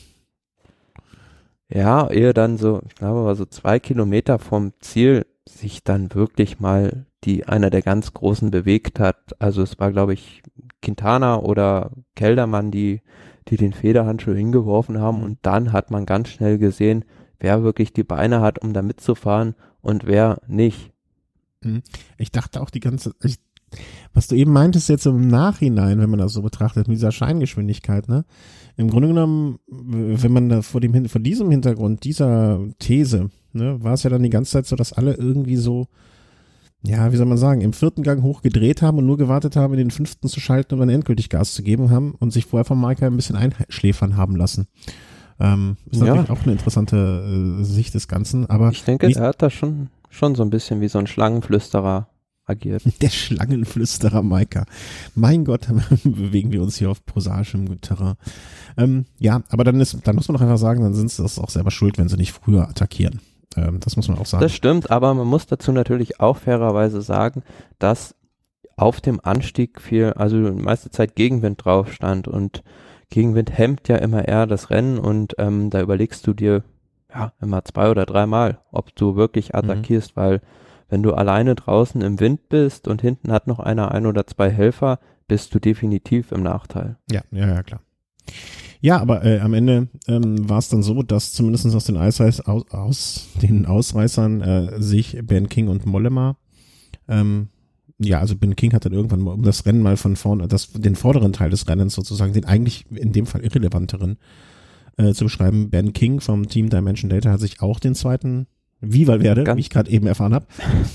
Ja, ehe dann so, ich glaube, war so zwei Kilometer vom Ziel sich dann wirklich mal die einer der ganz Großen bewegt hat. Also es war, glaube ich, Quintana oder Kelderman, die, die den Federhandschuh hingeworfen haben. Mhm. Und dann hat man ganz schnell gesehen, wer wirklich die Beine hat, um da mitzufahren und wer nicht. Ich dachte auch die ganze, ich Was du eben meintest jetzt im Nachhinein, wenn man das so betrachtet, mit dieser Scheingeschwindigkeit, ne? Im Grunde genommen, wenn man da vor dem, vor diesem Hintergrund, dieser These, ne, war es ja dann die ganze Zeit so, dass alle irgendwie so, ja, wie soll man sagen, im vierten Gang hochgedreht haben und nur gewartet haben, in den fünften zu schalten und dann endgültig Gas zu geben haben und sich vorher von Maika ein bisschen einschläfern haben lassen. Ähm, ist natürlich ja auch eine interessante äh, Sicht des Ganzen, aber. Ich denke, er hat da schon, schon so ein bisschen wie so ein Schlangenflüsterer agiert. Der Schlangenflüsterer Maika. Mein Gott, bewegen wir uns hier auf prosaischem Terrain. Ähm, ja, aber dann ist, dann muss man doch einfach sagen, dann sind sie das auch selber schuld, wenn sie nicht früher attackieren. Ähm, das muss man auch sagen. Das stimmt, aber man muss dazu natürlich auch fairerweise sagen, dass auf dem Anstieg viel, also die meiste Zeit Gegenwind drauf stand und Gegenwind hemmt ja immer eher das Rennen und ähm, da überlegst du dir ja immer zwei oder dreimal, ob du wirklich attackierst, mhm. weil wenn du alleine draußen im Wind bist und hinten hat noch einer ein oder zwei Helfer, bist du definitiv im Nachteil. Ja, ja, ja, klar. Ja, aber äh, am Ende ähm, war es dann so, dass zumindest aus den, Eisreiß, aus, aus den Ausreißern äh, sich Ben King und Mollema, ähm, ja, also Ben King hat dann irgendwann mal, um das Rennen mal von vorne, das, den vorderen Teil des Rennens sozusagen, den eigentlich in dem Fall irrelevanteren äh, zu beschreiben. Ben King vom Team Dimension Data hat sich auch den zweiten Wie Valverde, ganz, wie ich gerade eben erfahren habe.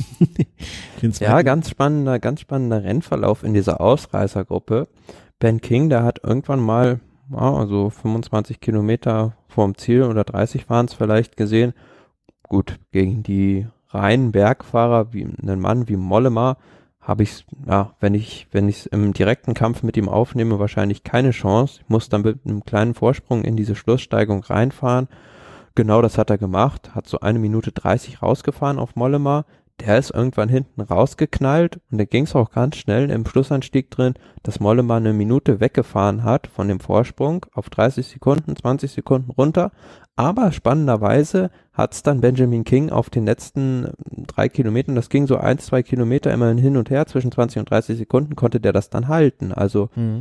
Ja, ganz spannender, ganz spannender Rennverlauf in dieser Ausreißergruppe. Ben King, der hat irgendwann mal, ja, also fünfundzwanzig Kilometer vorm Ziel oder dreißig waren es vielleicht gesehen. Gut, gegen die reinen Bergfahrer, wie einen Mann wie Mollema, habe ich, ja, wenn ich, wenn ich es im direkten Kampf mit ihm aufnehme, wahrscheinlich keine Chance. Ich muss dann mit einem kleinen Vorsprung in diese Schlusssteigung reinfahren. Genau das hat er gemacht, hat so eine Minute dreißig rausgefahren auf Mollema. Der ist irgendwann hinten rausgeknallt und da ging es auch ganz schnell im Schlussanstieg drin, dass Mollema eine Minute weggefahren hat von dem Vorsprung auf dreißig Sekunden, zwanzig Sekunden runter. Aber spannenderweise hat es dann Benjamin King auf den letzten drei Kilometern, das ging so ein, zwei Kilometer immerhin hin und her, zwischen zwanzig und dreißig Sekunden konnte der das dann halten. Also mhm.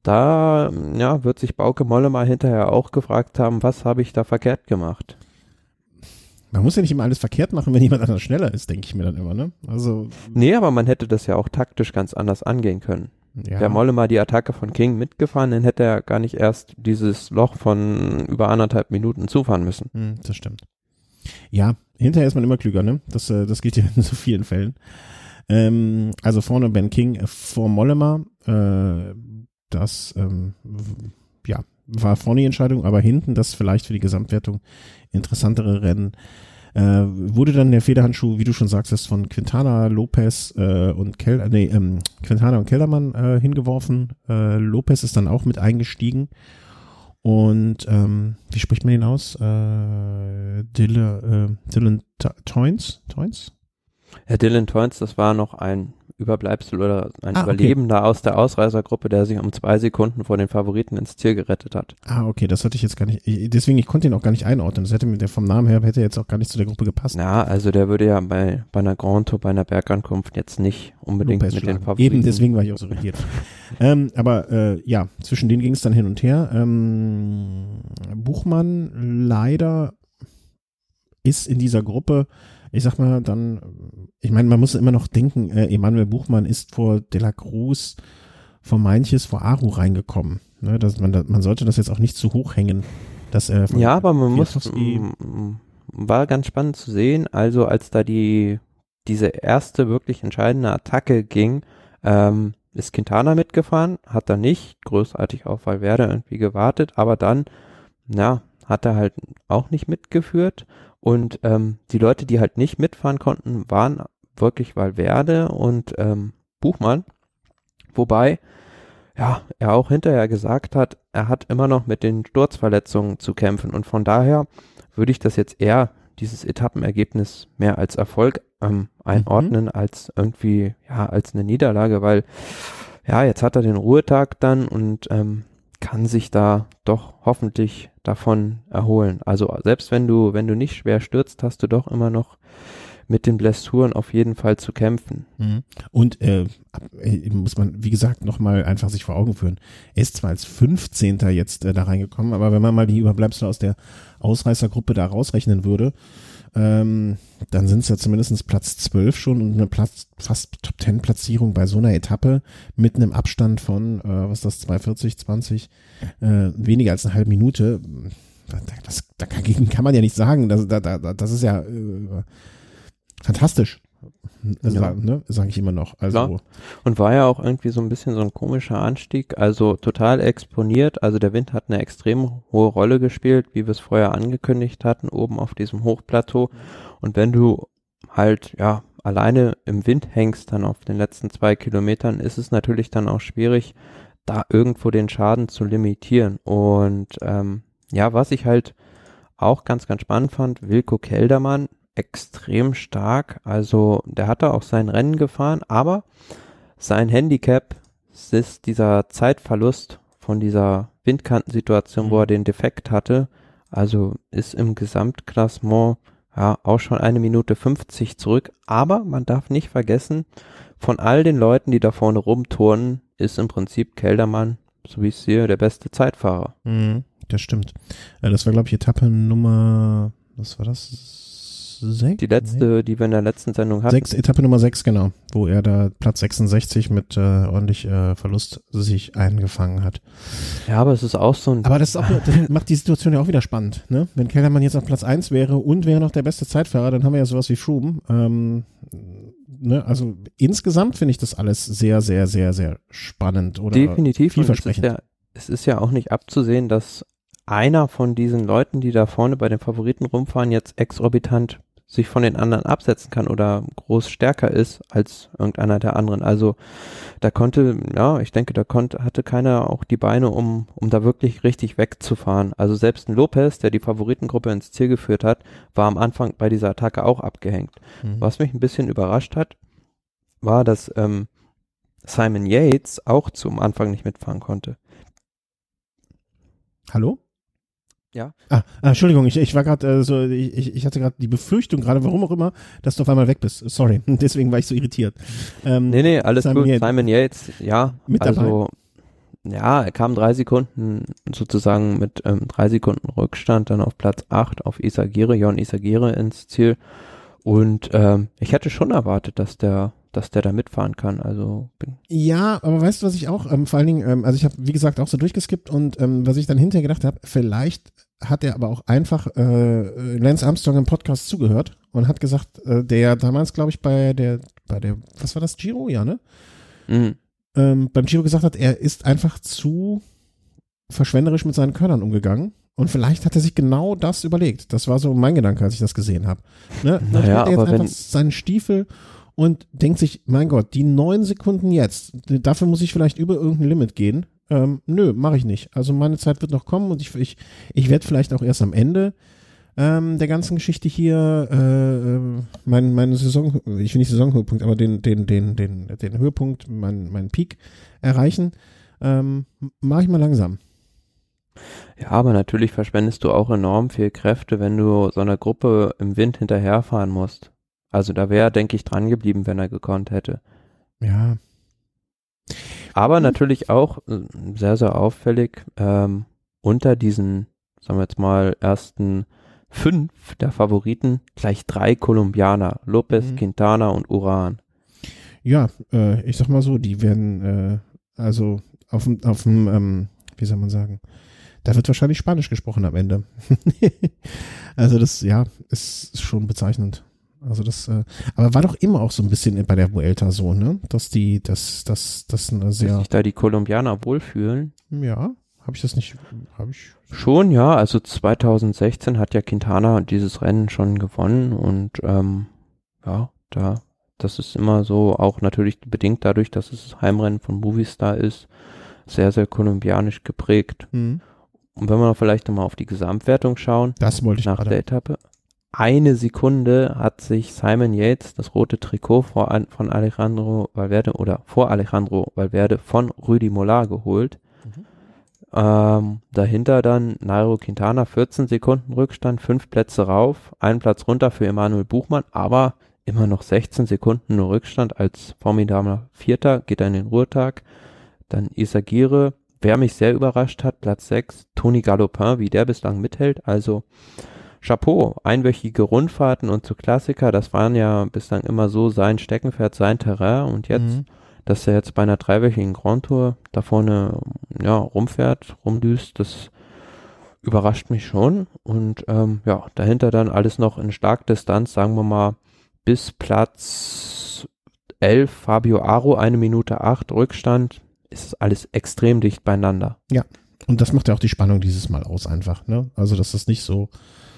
da ja, wird sich Bauke Mollema hinterher auch gefragt haben, was habe ich da verkehrt gemacht? Man muss ja nicht immer alles verkehrt machen, wenn jemand anders schneller ist, denke ich mir dann immer, ne? Also. Nee, aber man hätte das ja auch taktisch ganz anders angehen können. Ja. Wäre Mollema die Attacke von King mitgefahren, dann hätte er gar nicht erst dieses Loch von über anderthalb Minuten zufahren müssen. Hm, das stimmt. Ja, hinterher ist man immer klüger, ne? Das, äh, das geht ja in so vielen Fällen. Ähm, also vorne Ben King äh, vor Mollema, äh, das, ähm, ja, war vorne die Entscheidung, aber hinten das vielleicht für die Gesamtwertung interessantere Rennen. Äh, wurde dann der Federhandschuh, wie du schon sagst, von Quintana, Lopez äh, und Kel nee, ähm, Quintana und Kelderman äh, hingeworfen. Äh, Lopez ist dann auch mit eingestiegen. Und ähm, wie spricht man ihn aus? Äh, Dylan, äh, Dylan Toynes? Toynes? Ja, Dylan Toynes, das war noch ein Überbleibsel oder ein ah, Überlebender okay. aus der Ausreißergruppe, der sich um zwei Sekunden vor den Favoriten ins Ziel gerettet hat. Ah, okay, das hatte ich jetzt gar nicht, ich, deswegen, ich konnte ihn auch gar nicht einordnen. Das hätte mir, der vom Namen her, hätte jetzt auch gar nicht zu der Gruppe gepasst. Ja, also der würde ja bei, bei einer Grand Tour, bei einer Bergankunft jetzt nicht unbedingt Lopez mit schlagen. den Favoriten. Eben, deswegen war ich auch so irritiert. ähm, aber äh, ja, zwischen denen ging es dann hin und her. Ähm, Buchmann leider ist in dieser Gruppe, ich sag mal, dann, ich meine, man muss immer noch denken, äh, Emanuel Buchmann ist vor De La Cruz, vor Manches, vor Aru reingekommen. Ne, dass man, man sollte das jetzt auch nicht zu hoch hängen. Dass er ja, aber man muss, war ganz spannend zu sehen, also als da die, diese erste wirklich entscheidende Attacke ging, ähm, ist Quintana mitgefahren, hat da nicht großartig auf Valverde irgendwie gewartet, aber dann, ja, hat er halt auch nicht mitgeführt. Und ähm, die Leute, die halt nicht mitfahren konnten, waren wirklich Valverde und ähm, Buchmann. Wobei, ja, er auch hinterher gesagt hat, er hat immer noch mit den Sturzverletzungen zu kämpfen. Und von daher würde ich das jetzt eher, dieses Etappenergebnis, mehr als Erfolg ähm, einordnen, mhm. als irgendwie, ja, als eine Niederlage, weil, ja, jetzt hat er den Ruhetag dann und ähm, kann sich da doch hoffentlich davon erholen. Also selbst wenn du, wenn du nicht schwer stürzt, hast du doch immer noch mit den Blessuren auf jeden Fall zu kämpfen. Und äh, muss man, wie gesagt, nochmal einfach sich vor Augen führen. Er ist zwar als fünfzehnter jetzt äh, da reingekommen, aber wenn man mal die Überbleibsel aus der Ausreißergruppe da rausrechnen würde, ähm, dann sind es ja zumindest Platz zwölf schon und eine Platz, fast Top zehn Platzierung bei so einer Etappe mit einem Abstand von, äh, was ist das, zwei vierzig, zwanzig, äh, weniger als eine halbe Minute. Das, dagegen kann man ja nicht sagen. Das, das, das ist ja äh, fantastisch. Ja. Ne, sage ich immer noch. Also Klar. Und war ja auch irgendwie so ein bisschen so ein komischer Anstieg, also total exponiert, also der Wind hat eine extrem hohe Rolle gespielt, wie wir es vorher angekündigt hatten, oben auf diesem Hochplateau, und wenn du halt, ja, alleine im Wind hängst dann auf den letzten zwei Kilometern, ist es natürlich dann auch schwierig, da irgendwo den Schaden zu limitieren, und ähm, ja, was ich halt auch ganz, ganz spannend fand, Wilco Kelderman, extrem stark, also der hatte auch sein Rennen gefahren, aber sein Handicap ist dieser Zeitverlust von dieser Windkantensituation, mhm. wo er den Defekt hatte, also ist im Gesamtklassement ja auch schon eine Minute fünfzig zurück, aber man darf nicht vergessen, von all den Leuten, die da vorne rumturnen, ist im Prinzip Kelderman, so wie ich sehe, der beste Zeitfahrer. Mhm, das stimmt. Das war, glaube ich, Etappe Nummer, was war das? Sechs? Die letzte, nee. die wir in der letzten Sendung hatten. Sechs, Etappe Nummer sechs, genau, wo er da Platz sechsundsechzig mit äh, ordentlich äh, Verlust sich eingefangen hat. Ja, aber es ist auch so ein... Aber das, ist auch, das macht die Situation ja auch wieder spannend, ne? Wenn Kellermann jetzt auf Platz eins wäre und wäre noch der beste Zeitfahrer, dann haben wir ja sowas wie Froome. Ähm, ne? Also insgesamt finde ich das alles sehr, sehr, sehr, sehr spannend oder definitiv vielversprechend. Es ist, ja, es ist ja auch nicht abzusehen, dass einer von diesen Leuten, die da vorne bei den Favoriten rumfahren, jetzt exorbitant sich von den anderen absetzen kann oder groß stärker ist als irgendeiner der anderen. Also da konnte, ja, ich denke, da konnte, hatte keiner auch die Beine, um, um da wirklich richtig wegzufahren. Also selbst ein Lopez, der die Favoritengruppe ins Ziel geführt hat, war am Anfang bei dieser Attacke auch abgehängt. Mhm. Was mich ein bisschen überrascht hat, war, dass ähm, Simon Yates auch zum Anfang nicht mitfahren konnte. Hallo? Ja. Ah, ah, Entschuldigung, ich, ich war gerade äh, so, ich, ich hatte gerade die Befürchtung, gerade warum auch immer, dass du auf einmal weg bist. Sorry, deswegen war ich so irritiert. Ähm, nee, nee, alles Simon gut. Yates. Simon Yates, ja. Mit also, dabei. Ja, er kam drei Sekunden sozusagen mit ähm, drei Sekunden Rückstand dann auf Platz acht auf Izagirre, Jon Izagirre ins Ziel. Und ähm, ich hätte schon erwartet, dass der dass der da mitfahren kann. Also bin ja, aber weißt du, was ich auch, ähm, vor allen Dingen, ähm, also ich habe, wie gesagt, auch so durchgeskippt und ähm, was ich dann hinterher gedacht habe, vielleicht hat er aber auch einfach äh, Lance Armstrong im Podcast zugehört und hat gesagt, äh, der damals, glaube ich, bei der, bei der, was war das, Giro, ja, ne? Mhm. Ähm, beim Giro gesagt hat, er ist einfach zu verschwenderisch mit seinen Körnern umgegangen. Und vielleicht hat er sich genau das überlegt. Das war so mein Gedanke, als ich das gesehen habe. Ne? Naja, er jetzt aber einfach wenn seinen Stiefel und denkt sich, mein Gott, die neun Sekunden jetzt, dafür muss ich vielleicht über irgendein Limit gehen. Ähm, nö, mache ich nicht. Also meine Zeit wird noch kommen und ich, ich, ich werde vielleicht auch erst am Ende ähm, der ganzen Geschichte hier äh, mein, meine Saison, ich will nicht Saisonhöhepunkt, aber den, den, den, den, den Höhepunkt, meinen mein Peak erreichen. Ähm, mache ich mal langsam. Ja, aber natürlich verschwendest du auch enorm viel Kräfte, wenn du so einer Gruppe im Wind hinterherfahren musst. Also da wäre er, denke ich, dran geblieben, wenn er gekonnt hätte. Ja. Aber hm. natürlich auch sehr, sehr auffällig, ähm, unter diesen, sagen wir jetzt mal, ersten fünf der Favoriten gleich drei Kolumbianer, Lopez, mhm. Quintana und Uran. Ja, äh, ich sag mal so, die werden, äh, also auf dem, auf dem, ähm, wie soll man sagen, da wird wahrscheinlich Spanisch gesprochen am Ende. Also das, ja, ist schon bezeichnend. Also das, äh, aber war doch immer auch so ein bisschen bei der Vuelta so, ne? Dass die, dass, dass, dass eine sehr. Dass sich da die Kolumbianer wohlfühlen. Ja, habe ich das nicht, habe ich. Schon, ja, also zweitausendsechzehn hat ja Quintana dieses Rennen schon gewonnen und, ähm, ja, da, das ist immer so, auch natürlich bedingt dadurch, dass es das Heimrennen von Movistar ist, sehr, sehr kolumbianisch geprägt. Mhm. Und wenn wir vielleicht nochmal auf die Gesamtwertung schauen, das wollte ich nach gerade. der Etappe, eine Sekunde hat sich Simon Yates das rote Trikot vor, von Alejandro Valverde oder vor Alejandro Valverde von Rudi Mollard geholt. Mhm. Ähm, dahinter dann Nairo Quintana, vierzehn Sekunden Rückstand, fünf Plätze rauf, ein Platz runter für Emanuel Buchmann, aber immer noch sechzehn Sekunden nur Rückstand als formidabler Vierter, geht er in den Ruhetag. Dann Izagirre, wer mich sehr überrascht hat, Platz sechs, Tony Galopin, wie der bislang mithält, also Chapeau, einwöchige Rundfahrten und so Klassiker, das waren ja bislang immer so sein Steckenpferd, sein Terrain und jetzt, mhm. dass er jetzt bei einer dreiwöchigen Grand Tour da vorne ja, rumfährt, rumdüst, das überrascht mich schon und ähm, ja, dahinter dann alles noch in Starkdistanz, sagen wir mal bis Platz elf, Fabio Aru, eine Minute acht Rückstand, ist alles extrem dicht beieinander. Ja, und das macht ja auch die Spannung dieses Mal aus einfach, ne? Also, dass das nicht so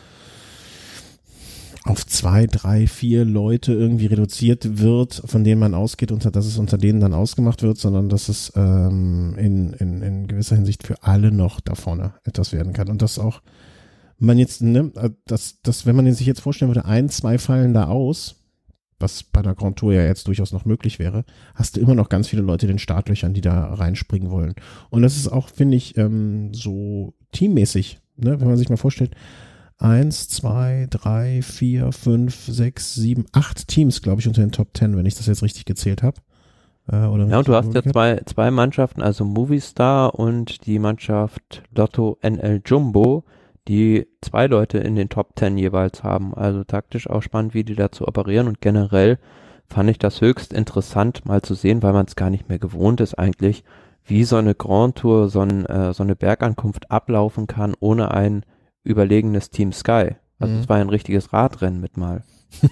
auf zwei, drei, vier Leute irgendwie reduziert wird, von denen man ausgeht, unter, dass es unter denen dann ausgemacht wird, sondern dass es ähm, in, in, in gewisser Hinsicht für alle noch da vorne etwas werden kann. Und dass auch man jetzt, ne, dass, dass wenn man sich jetzt vorstellen würde, ein, zwei fallen da aus, was bei der Grand Tour ja jetzt durchaus noch möglich wäre, hast du immer noch ganz viele Leute in den Startlöchern, die da reinspringen wollen. Und das ist auch, finde ich, ähm, so teammäßig, ne, wenn man sich mal vorstellt, Eins, zwei, drei, vier, fünf, sechs, sieben, acht Teams, glaube ich, unter den Top Ten, wenn ich das jetzt richtig gezählt habe. Äh, oder ja, und du hast ja zwei, zwei Mannschaften, also Movistar und die Mannschaft Lotto N L Jumbo, die zwei Leute in den Top Ten jeweils haben. Also taktisch auch spannend, wie die dazu operieren und generell fand ich das höchst interessant mal zu sehen, weil man es gar nicht mehr gewohnt ist eigentlich, wie so eine Grand Tour, so, ein, äh, so eine Bergankunft ablaufen kann, ohne ein überlegenes Team Sky. Also es mhm. war ja ein richtiges Radrennen mit mal.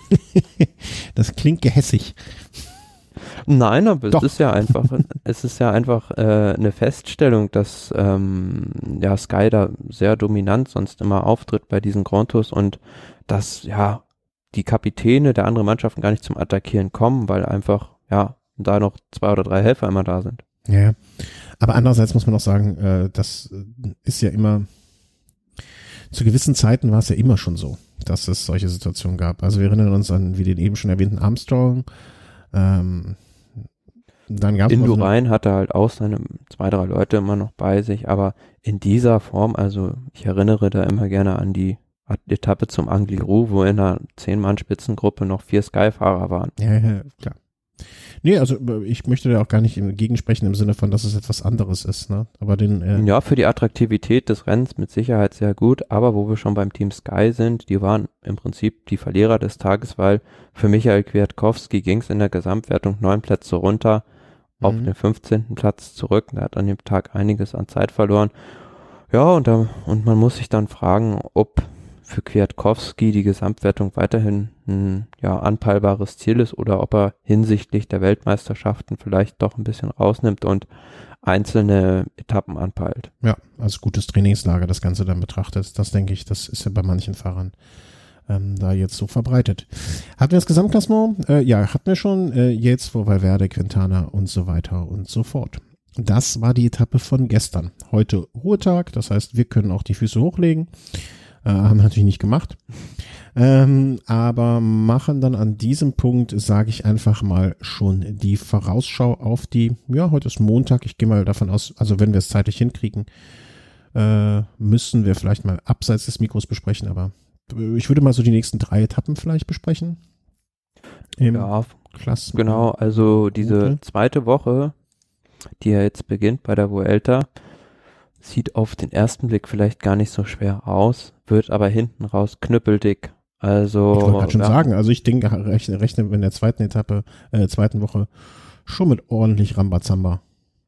Das klingt gehässig. Nein, aber Doch. es ist ja einfach, es ist ja einfach äh, eine Feststellung, dass ähm, ja Sky da sehr dominant sonst immer auftritt bei diesen Grand Tours und dass ja die Kapitäne der anderen Mannschaften gar nicht zum Attackieren kommen, weil einfach ja da noch zwei oder drei Helfer immer da sind. Ja, aber andererseits muss man auch sagen, äh, das ist ja immer zu gewissen Zeiten war es ja immer schon so, dass es solche Situationen gab. Also wir erinnern uns an, wie den eben schon erwähnten Armstrong. Ähm, dann gab es Indurain so hatte halt auch seine zwei, drei Leute immer noch bei sich, aber in dieser Form, also ich erinnere da immer gerne an die Etappe zum Angliru, wo in einer zehn-Mann-Spitzengruppe noch vier Sky-Fahrer waren. Ja, ja, klar. Nee, also ich möchte da auch gar nicht gegensprechen im Sinne von, dass es etwas anderes ist, ne? Aber den äh ja, für die Attraktivität des Rennens mit Sicherheit sehr gut, aber wo wir schon beim Team Sky sind, die waren im Prinzip die Verlierer des Tages, weil für Michael Kwiatkowski ging es in der Gesamtwertung neun Plätze runter mhm. auf den fünfzehnten Platz zurück. Er hat an dem Tag einiges an Zeit verloren. Ja, und, da, und man muss sich dann fragen, ob für Kwiatkowski die Gesamtwertung weiterhin ein ja, anpeilbares Ziel ist oder ob er hinsichtlich der Weltmeisterschaften vielleicht doch ein bisschen rausnimmt und einzelne Etappen anpeilt. Ja, als gutes Trainingslager das Ganze dann betrachtet. Das denke ich, das ist ja bei manchen Fahrern ähm, da jetzt so verbreitet. Hatten wir das Gesamtklassement? Äh, ja, hatten wir schon. Äh, jetzt vor Valverde, Quintana und so weiter und so fort. Das war die Etappe von gestern. Heute Ruhetag, das heißt, wir können auch die Füße hochlegen. Äh, haben wir natürlich nicht gemacht. Ähm, aber machen dann an diesem Punkt, sage ich einfach mal, schon die Vorausschau auf die, ja, heute ist Montag, ich gehe mal davon aus, also wenn wir es zeitlich hinkriegen, äh, müssen wir vielleicht mal abseits des Mikros besprechen, aber ich würde mal so die nächsten drei Etappen vielleicht besprechen. Im ja, Klassen genau, also diese zweite Woche, die ja jetzt beginnt bei der Vuelta, sieht auf den ersten Blick vielleicht gar nicht so schwer aus, wird aber hinten raus knüppeldick. Also, ich wollte gerade schon ja. sagen, also ich denke, rechne, rechne in der zweiten Etappe, äh, zweiten Woche schon mit ordentlich Rambazamba.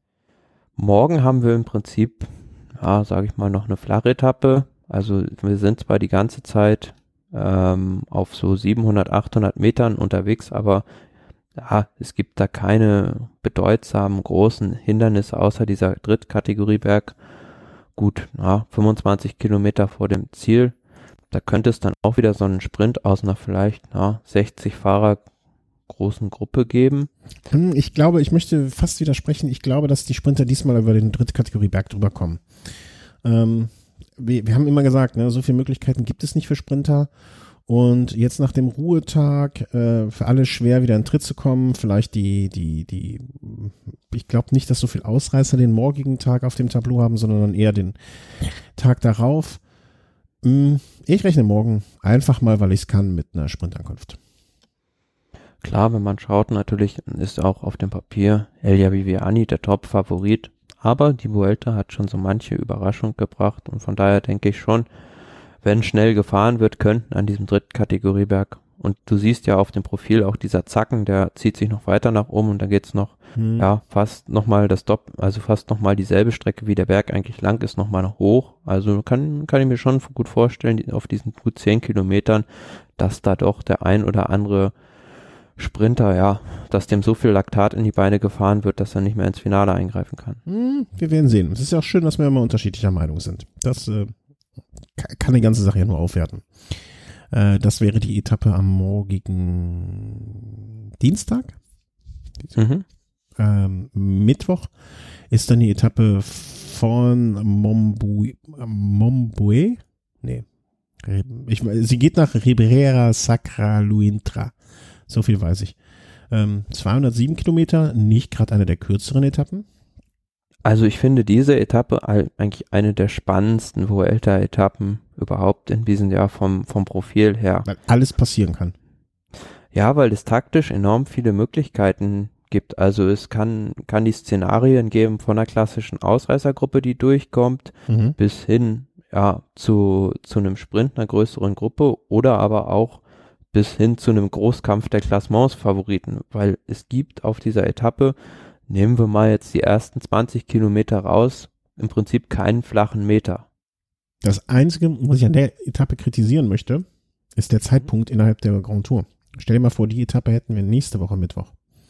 Morgen haben wir im Prinzip, ja, sage ich mal, noch eine Flachetappe. Also wir sind zwar die ganze Zeit ähm, auf so siebenhundert, achthundert Metern unterwegs, aber ja, es gibt da keine bedeutsamen großen Hindernisse außer dieser Drittkategorieberg. Gut, ja, fünfundzwanzig Kilometer vor dem Ziel. Da könnte es dann auch wieder so einen Sprint aus einer vielleicht na, sechzig Fahrer großen Gruppe geben. Ich glaube, ich möchte fast widersprechen. Ich glaube, dass die Sprinter diesmal über den Drittkategorieberg drüber kommen. Ähm, wir, wir haben immer gesagt, ne, so viele Möglichkeiten gibt es nicht für Sprinter. Und jetzt nach dem Ruhetag äh, für alle schwer wieder in den Tritt zu kommen. Vielleicht die, die, die, ich glaube nicht, dass so viel Ausreißer den morgigen Tag auf dem Tableau haben, sondern eher den Tag darauf. Ich rechne morgen einfach mal, weil ich es kann, mit einer Sprintankunft. Klar, wenn man schaut, natürlich ist auch auf dem Papier Elia Viviani der Top-Favorit. Aber die Vuelta hat schon so manche Überraschung gebracht und von daher denke ich schon, wenn schnell gefahren wird, könnten an diesem dritten Kategorieberg. Und du siehst ja auf dem Profil auch dieser Zacken, der zieht sich noch weiter nach oben und dann geht's noch, hm. ja, fast nochmal das Dopp, also fast nochmal dieselbe Strecke, wie der Berg eigentlich lang ist, nochmal noch hoch. Also kann, kann ich mir schon gut vorstellen, auf diesen gut zehn Kilometern, dass da doch der ein oder andere Sprinter, ja, dass dem so viel Laktat in die Beine gefahren wird, dass er nicht mehr ins Finale eingreifen kann. Hm, wir werden sehen. Es ist ja auch schön, dass wir immer unterschiedlicher Meinung sind. Das äh, kann die ganze Sache ja nur aufwerten. Das wäre die Etappe am morgigen Dienstag. Mhm. Ähm, Mittwoch ist dann die Etappe von Mombue. Mombue? Nee. Ich, sie geht nach Ribera Sacra Luintra. So viel weiß ich. Ähm, zweihundertsieben Kilometer, nicht gerade eine der kürzeren Etappen. Also ich finde diese Etappe eigentlich eine der spannendsten Vuelta-Etappen überhaupt in diesem Jahr vom, vom Profil her. Weil alles passieren kann. Ja, weil es taktisch enorm viele Möglichkeiten gibt. Also es kann, kann die Szenarien geben von einer klassischen Ausreißergruppe, die durchkommt, mhm. bis hin ja zu, zu einem Sprint einer größeren Gruppe oder aber auch bis hin zu einem Großkampf der Klassementsfavoriten, weil es gibt auf dieser Etappe, nehmen wir mal jetzt die ersten zwanzig Kilometer raus, im Prinzip keinen flachen Meter. Das Einzige, was ich an der Etappe kritisieren möchte, ist der Zeitpunkt innerhalb der Grand Tour. Stell dir mal vor, die Etappe hätten wir nächste Woche Mittwoch.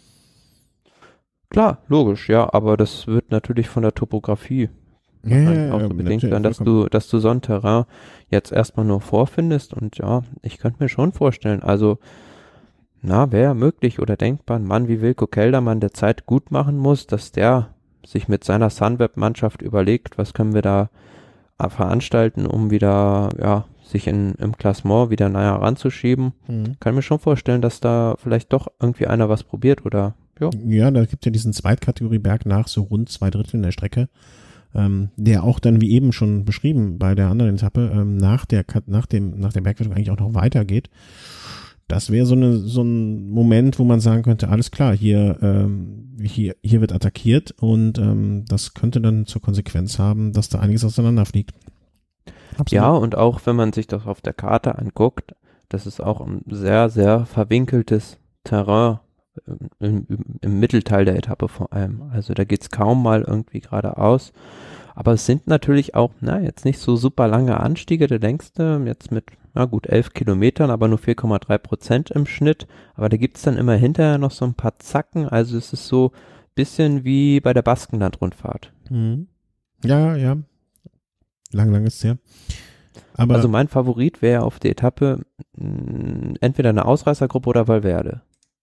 Klar, logisch, ja, aber das wird natürlich von der Topografie ja, ja, auch so ja, bedingt sein, dass du, dass du so ein Terrain jetzt erstmal nur vorfindest und ja, ich könnte mir schon vorstellen, also na, wäre möglich oder denkbar, ein Mann wie Wilco Kelderman, der Zeit gut machen muss, dass der sich mit seiner Sunweb-Mannschaft überlegt, was können wir da veranstalten, um wieder, ja, sich in, im Klassement wieder näher ranzuschieben. Mhm. Kann mir schon vorstellen, dass da vielleicht doch irgendwie einer was probiert oder, ja. Ja, da gibt es ja diesen Zweitkategorie-Berg nach so rund zwei Dritteln der Strecke, ähm, der auch dann, wie eben schon beschrieben, bei der anderen Etappe, ähm, nach der, nach dem, nach der Bergwertung eigentlich auch noch weitergeht. Das wäre so eine so ein Moment, wo man sagen könnte, alles klar, hier ähm, hier hier wird attackiert und ähm, das könnte dann zur Konsequenz haben, dass da einiges auseinanderfliegt. Absolut. Ja, und auch wenn man sich das auf der Karte anguckt, das ist auch ein sehr, sehr verwinkeltes Terrain im, im, im Mittelteil der Etappe vor allem. Also da geht's kaum mal irgendwie geradeaus. Aber es sind natürlich auch, na, jetzt nicht so super lange Anstiege, da denkst du, jetzt mit, na gut, elf Kilometern, aber nur vier Komma drei Prozent im Schnitt. Aber da gibt's dann immer hinterher noch so ein paar Zacken. Also es ist so ein bisschen wie bei der Baskenland-Rundfahrt. Mhm. Ja, ja. Lang, lang ist es her. Aber also mein Favorit wäre auf der Etappe mh, entweder eine Ausreißergruppe oder Valverde.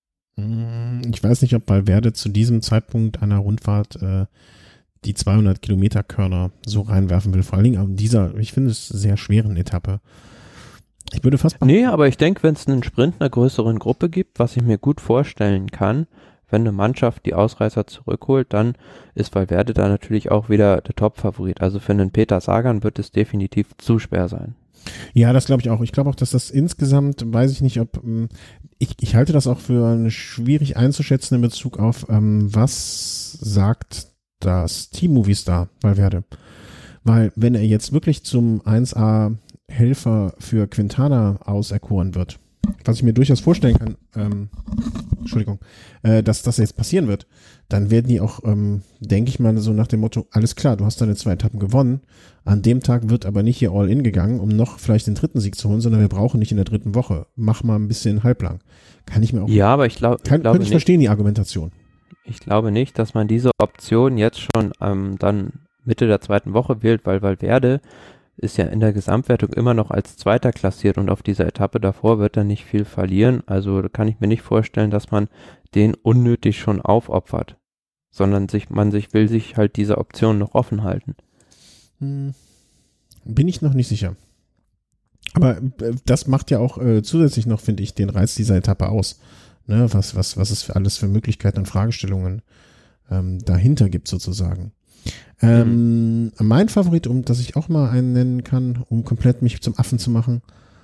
Ich weiß nicht, ob Valverde zu diesem Zeitpunkt einer Rundfahrt äh, die zweihundert Kilometer Körner so reinwerfen will. Vor allen Dingen an dieser, ich finde es sehr schweren Etappe. Ich würde fast... Nee, aber ich denke, wenn es einen Sprint einer größeren Gruppe gibt, was ich mir gut vorstellen kann, wenn eine Mannschaft die Ausreißer zurückholt, dann ist Valverde da natürlich auch wieder der Top-Favorit. Also für einen Peter Sagan wird es definitiv zu schwer sein. Ja, das glaube ich auch. Ich glaube auch, dass das insgesamt, weiß ich nicht, ob, ich, ich halte das auch für eine schwierig einzuschätzen in Bezug auf, ähm, was sagt das Team Movistar Valverde. Weil wenn er jetzt wirklich zum eins A Helfer für Quintana auserkoren wird, was ich mir durchaus vorstellen kann, ähm, Entschuldigung, äh, dass das jetzt passieren wird, dann werden die auch, ähm, denke ich mal, so nach dem Motto, alles klar, du hast deine zwei Etappen gewonnen, an dem Tag wird aber nicht hier all in gegangen, um noch vielleicht den dritten Sieg zu holen, sondern wir brauchen nicht in der dritten Woche. Mach mal ein bisschen halblang. Kann ich mir auch... Ja, aber ich, glaub, kann, ich glaube Könnte ich nicht, verstehen, die Argumentation. Ich glaube nicht, dass man diese Option jetzt schon ähm, dann Mitte der zweiten Woche wählt, weil Valverde ist ja in der Gesamtwertung immer noch als Zweiter klassiert und auf dieser Etappe davor wird er nicht viel verlieren. Also da kann ich mir nicht vorstellen, dass man den unnötig schon aufopfert, sondern sich man sich will sich halt diese Option noch offen halten. Hm. Bin ich noch nicht sicher. Aber äh, das macht ja auch äh, zusätzlich noch, finde ich, den Reiz dieser Etappe aus. Ne, was, was, was es für alles für Möglichkeiten und Fragestellungen ähm, dahinter gibt sozusagen. Ähm, mhm. Mein Favorit, um dass ich auch mal einen nennen kann, um komplett mich zum Affen zu machen,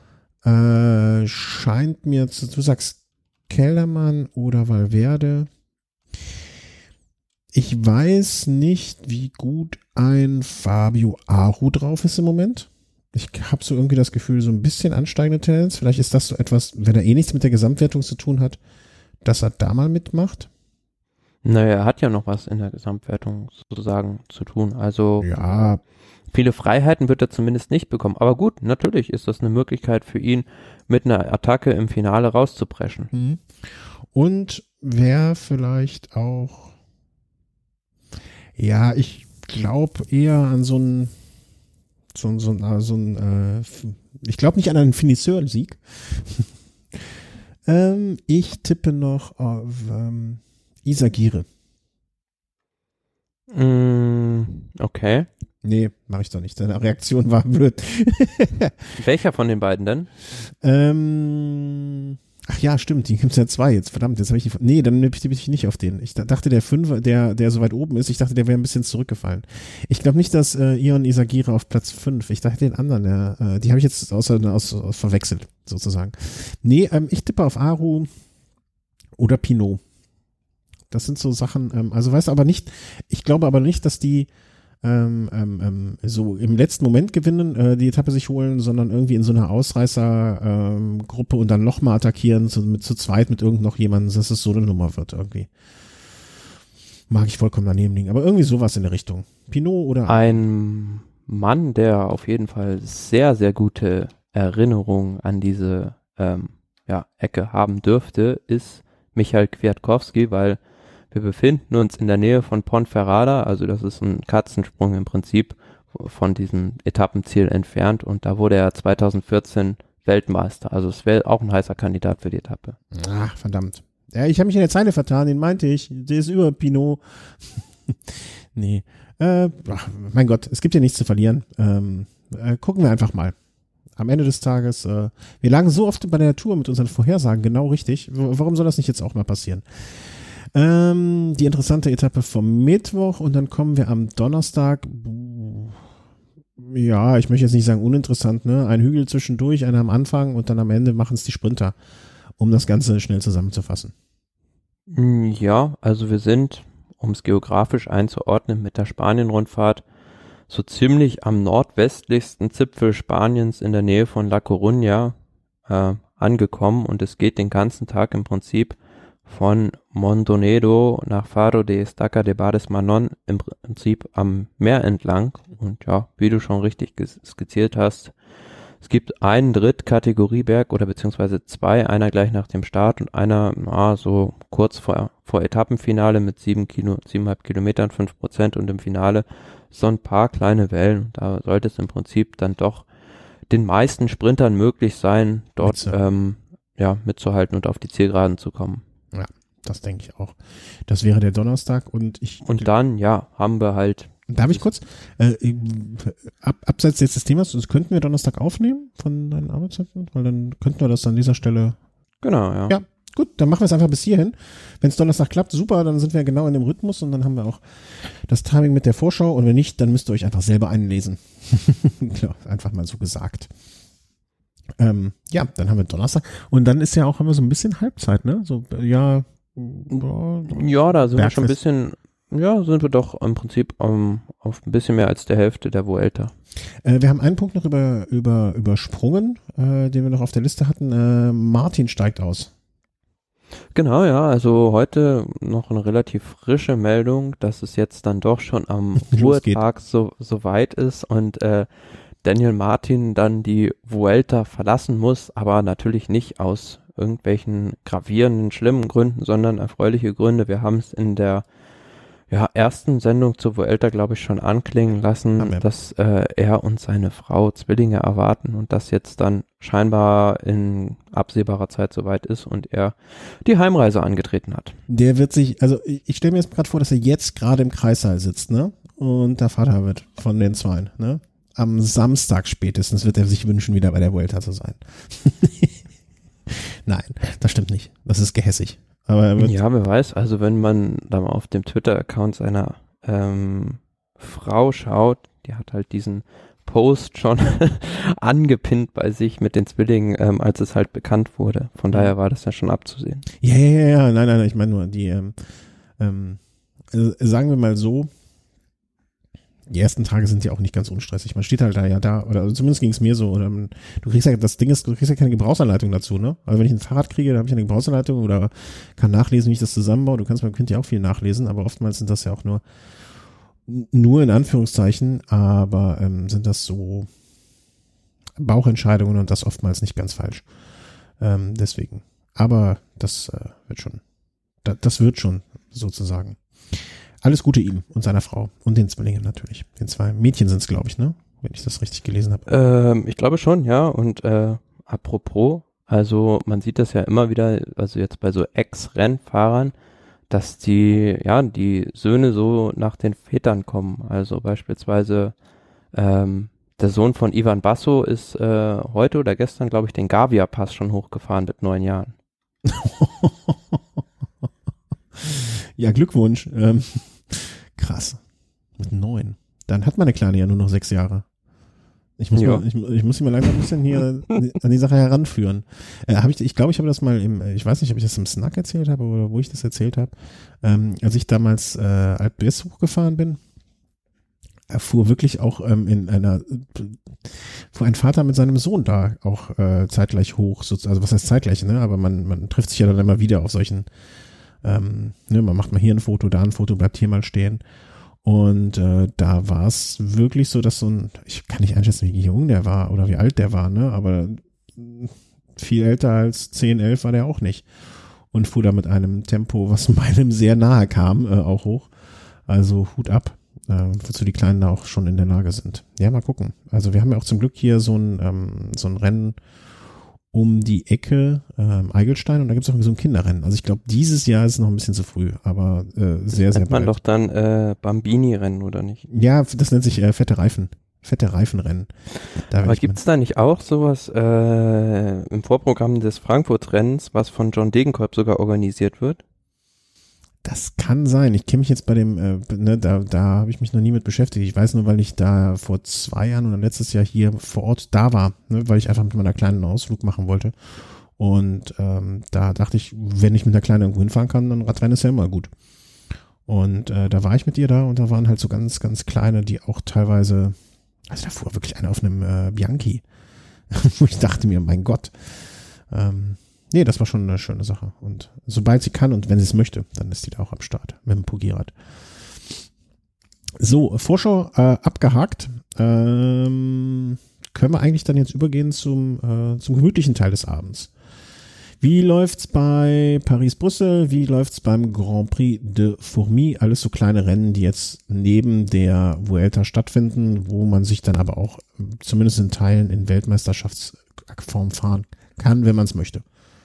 äh, scheint mir zu, du sagst Kellermann oder Valverde. Ich weiß nicht, wie gut ein Fabio Aru drauf ist im Moment. Ich habe so irgendwie das Gefühl, so ein bisschen ansteigende Tendenz. Vielleicht ist das so etwas, wenn er eh nichts mit der Gesamtwertung zu tun hat, dass er da mal mitmacht. Naja, er hat ja noch was in der Gesamtwertung sozusagen zu tun. Also ja, viele Freiheiten wird er zumindest nicht bekommen. Aber gut, natürlich ist das eine Möglichkeit für ihn, mit einer Attacke im Finale rauszupreschen. Und wer vielleicht auch, ja, ich glaube eher an so einen, so, so, so ein, äh, ich glaube nicht an einen Finisseur-Sieg. ähm, ich tippe noch auf ähm, Izagirre. Mm, okay. Nee, mache ich doch nicht. Deine Reaktion war blöd. Welcher von den beiden denn? ähm, ach ja, stimmt, die gibt's ja zwei jetzt. Verdammt, jetzt habe ich die. Nee, dann tippe ich, ich nicht auf den. Ich dachte, der Fünfer, der, der so weit oben ist, ich dachte, der wäre ein bisschen zurückgefallen. Ich glaube nicht, dass äh, Ion Izagirre auf Platz fünf. Ich dachte den anderen, der, äh, die habe ich jetzt außer, aus, aus verwechselt, sozusagen. Nee, ähm, ich tippe auf Aru oder Pinot. Das sind so Sachen, ähm, also weißt du, aber nicht, ich glaube aber nicht, dass die ähm, ähm, so im letzten Moment gewinnen, äh, die Etappe sich holen, sondern irgendwie in so einer Ausreißergruppe ähm, und dann nochmal attackieren, zu, mit, zu zweit mit irgend noch jemandem, dass es so eine Nummer wird irgendwie. Mag ich vollkommen daneben liegen, aber irgendwie sowas in der Richtung. Pinot oder? Ein Mann, der auf jeden Fall sehr, sehr gute Erinnerungen an diese ähm, ja, Ecke haben dürfte, ist Michael Kwiatkowski, weil wir befinden uns in der Nähe von Ponferrada, also das ist ein Katzensprung im Prinzip von diesem Etappenziel entfernt und da wurde er zweitausendvierzehn Weltmeister. Also es wäre auch ein heißer Kandidat für die Etappe. Ach, verdammt. Ja, ich habe mich in der Zeile vertan, den meinte ich. Der ist über Pinot. nee. Äh, ach, mein Gott, es gibt ja nichts zu verlieren. Ähm, äh, gucken wir einfach mal. Am Ende des Tages, äh, wir lagen so oft bei der Tour mit unseren Vorhersagen genau richtig. W- warum soll das nicht jetzt auch mal passieren? Ähm, die interessante Etappe vom Mittwoch und dann kommen wir am Donnerstag. Ja, ich möchte jetzt nicht sagen uninteressant, ne? Ein Hügel zwischendurch, einer am Anfang und dann am Ende machen es die Sprinter, um das Ganze schnell zusammenzufassen. Ja, also wir sind, um es geografisch einzuordnen, mit der Spanien-Rundfahrt so ziemlich am nordwestlichsten Zipfel Spaniens in der Nähe von La Coruña äh, angekommen und es geht den ganzen Tag im Prinzip von Mondonedo nach Faro de Estaca de Bares Manon im Prinzip am Meer entlang und ja, wie du schon richtig skizziert hast, es gibt einen Drittkategorieberg oder beziehungsweise zwei, einer gleich nach dem Start und einer na, so kurz vor, vor Etappenfinale mit sieben Kilo, siebeneinhalb Kilometern, fünf Prozent und im Finale so ein paar kleine Wellen. Da sollte es im Prinzip dann doch den meisten Sprintern möglich sein, dort ähm, ja, mitzuhalten und auf die Zielgeraden zu kommen. Ja, das denke ich auch. Das wäre der Donnerstag und ich... Und dann, ja, haben wir halt... Darf ich kurz, äh, ab, abseits jetzt des Themas, das könnten wir Donnerstag aufnehmen von deinen Arbeitszeiten? Weil dann könnten wir das an dieser Stelle... Genau, ja. Ja, gut, dann machen wir es einfach bis hierhin. Wenn es Donnerstag klappt, super, dann sind wir genau in dem Rhythmus und dann haben wir auch das Timing mit der Vorschau und wenn nicht, dann müsst ihr euch einfach selber einlesen. Ja, einfach mal so gesagt. Ähm, ja, dann haben wir Donnerstag und dann ist ja auch, haben wir so ein bisschen Halbzeit, ne? So, ja... Ja, da sind Bergfest. wir schon ein bisschen... Ja, sind wir doch im Prinzip um, auf ein bisschen mehr als der Hälfte der Vuelta. Äh, wir haben einen Punkt noch über, über, übersprungen, äh, den wir noch auf der Liste hatten. Äh, Martin steigt aus. Genau, ja, also heute noch eine relativ frische Meldung, dass es jetzt dann doch schon am Ruhetag so, so weit ist und äh, Daniel Martin dann die Vuelta verlassen muss, aber natürlich nicht aus irgendwelchen gravierenden, schlimmen Gründen, sondern erfreuliche Gründe. Wir haben es in der ja, ersten Sendung zur Vuelta, glaube ich, schon anklingen lassen, Amen. dass äh, er und seine Frau Zwillinge erwarten und das jetzt dann scheinbar in absehbarer Zeit soweit ist und er die Heimreise angetreten hat. Der wird sich, also ich, ich stelle mir jetzt gerade vor, dass er jetzt gerade im Kreissaal sitzt, ne? Und der Vater wird von den Zweien, ne? Am Samstag spätestens wird er sich wünschen, wieder bei der Vuelta zu sein. Nein, das stimmt nicht. Das ist gehässig. Aber er wird ja, wer weiß, also wenn man da mal auf dem Twitter-Account seiner ähm, Frau schaut, die hat halt diesen Post schon angepinnt bei sich mit den Zwillingen, ähm, als es halt bekannt wurde. Von daher war das ja schon abzusehen. Ja, ja, ja, ja, nein, nein, ich meine nur, die, ähm, ähm, also sagen wir mal so, die ersten Tage sind ja auch nicht ganz unstressig. Man steht halt da ja da, oder also zumindest ging es mir so. Oder man, du kriegst ja, das Ding ist, du kriegst ja keine Gebrauchsanleitung dazu, ne? Also wenn ich ein Fahrrad kriege, dann habe ich eine Gebrauchsanleitung oder kann nachlesen, wie ich das zusammenbaue. Du kannst beim Kind ja auch viel nachlesen, aber oftmals sind das ja auch nur, nur in Anführungszeichen, aber ähm, sind das so Bauchentscheidungen und das oftmals nicht ganz falsch. Ähm, deswegen. Aber das äh, wird schon, da, das wird schon sozusagen. Alles Gute ihm und seiner Frau und den Zwillingen natürlich. Den zwei Mädchen sind es, glaube ich, ne? Wenn ich das richtig gelesen habe. Ähm, ich glaube schon, ja. Und äh, apropos, also man sieht das ja immer wieder, also jetzt bei so Ex-Rennfahrern, dass die, ja, die Söhne so nach den Vätern kommen. Also beispielsweise ähm, der Sohn von Ivan Basso ist äh, heute oder gestern, glaube ich, den Gavia-Pass schon hochgefahren mit neun Jahren. Ja, Glückwunsch. Ähm, krass. Mit neun. Dann hat meine Kleine ja nur noch sechs Jahre. Ich muss, Ja. mal, ich, ich muss sie mal langsam ein bisschen hier an die Sache heranführen. Äh, hab ich ich glaube, ich habe das mal im, ich weiß nicht, ob ich das im Snack erzählt habe oder wo ich das erzählt habe. Ähm, als ich damals äh, Alpe d'Huez hochgefahren bin, fuhr wirklich auch ähm, in einer, fuhr ein Vater mit seinem Sohn da auch äh, zeitgleich hoch. So, also was heißt zeitgleich, ne? Aber man, man trifft sich ja dann immer wieder auf solchen, ähm, ne, man macht mal hier ein Foto, da ein Foto, bleibt hier mal stehen. Und äh, da war es wirklich so, dass so ein, ich kann nicht einschätzen, wie jung der war oder wie alt der war, ne? Aber viel älter als zehn, elf war der auch nicht. Und fuhr da mit einem Tempo, was meinem sehr nahe kam, äh, auch hoch. Also Hut ab. Äh, wozu die Kleinen da auch schon in der Lage sind. Ja, mal gucken. Also wir haben ja auch zum Glück hier so ein, ähm, so ein Rennen um die Ecke ähm, Eigelstein und da gibt es auch so ein Kinderrennen. Also ich glaube, dieses Jahr ist es noch ein bisschen zu früh, aber äh, sehr, sehr Nennt man bald. doch dann äh, Bambini-Rennen, oder nicht? Ja, das nennt sich äh, fette Reifen. Fette Reifenrennen. Da Aber gibt es da nicht auch sowas äh, im Vorprogramm des Frankfurt-Rennens, was von John Degenkolb sogar organisiert wird? Das kann sein. Ich kenne mich jetzt bei dem, äh, ne, da, da habe ich mich noch nie mit beschäftigt. Ich weiß nur, weil ich da vor zwei Jahren oder letztes Jahr hier vor Ort da war, ne, weil ich einfach mit meiner Kleinen einen Ausflug machen wollte. Und ähm, da dachte ich, wenn ich mit der Kleinen irgendwo hinfahren kann, dann Radrennen ist ja immer gut. Und äh, da war ich mit ihr da und da waren halt so ganz, ganz kleine, die auch teilweise, also da fuhr wirklich einer auf einem äh, Bianchi, wo ich dachte mir, mein Gott, ähm, nee, das war schon eine schöne Sache. Und sobald sie kann und wenn sie es möchte, dann ist die da auch am Start mit dem Pugirad. So, Vorschau äh, abgehakt. Ähm, können wir eigentlich dann jetzt übergehen zum, äh, zum gemütlichen Teil des Abends. Wie läuft's bei Paris-Brüssel? Wie läuft's beim Grand Prix de Fourmies? Alles so kleine Rennen, die jetzt neben der Vuelta stattfinden, wo man sich dann aber auch zumindest in Teilen in Weltmeisterschaftsform fahren kann, wenn man es möchte.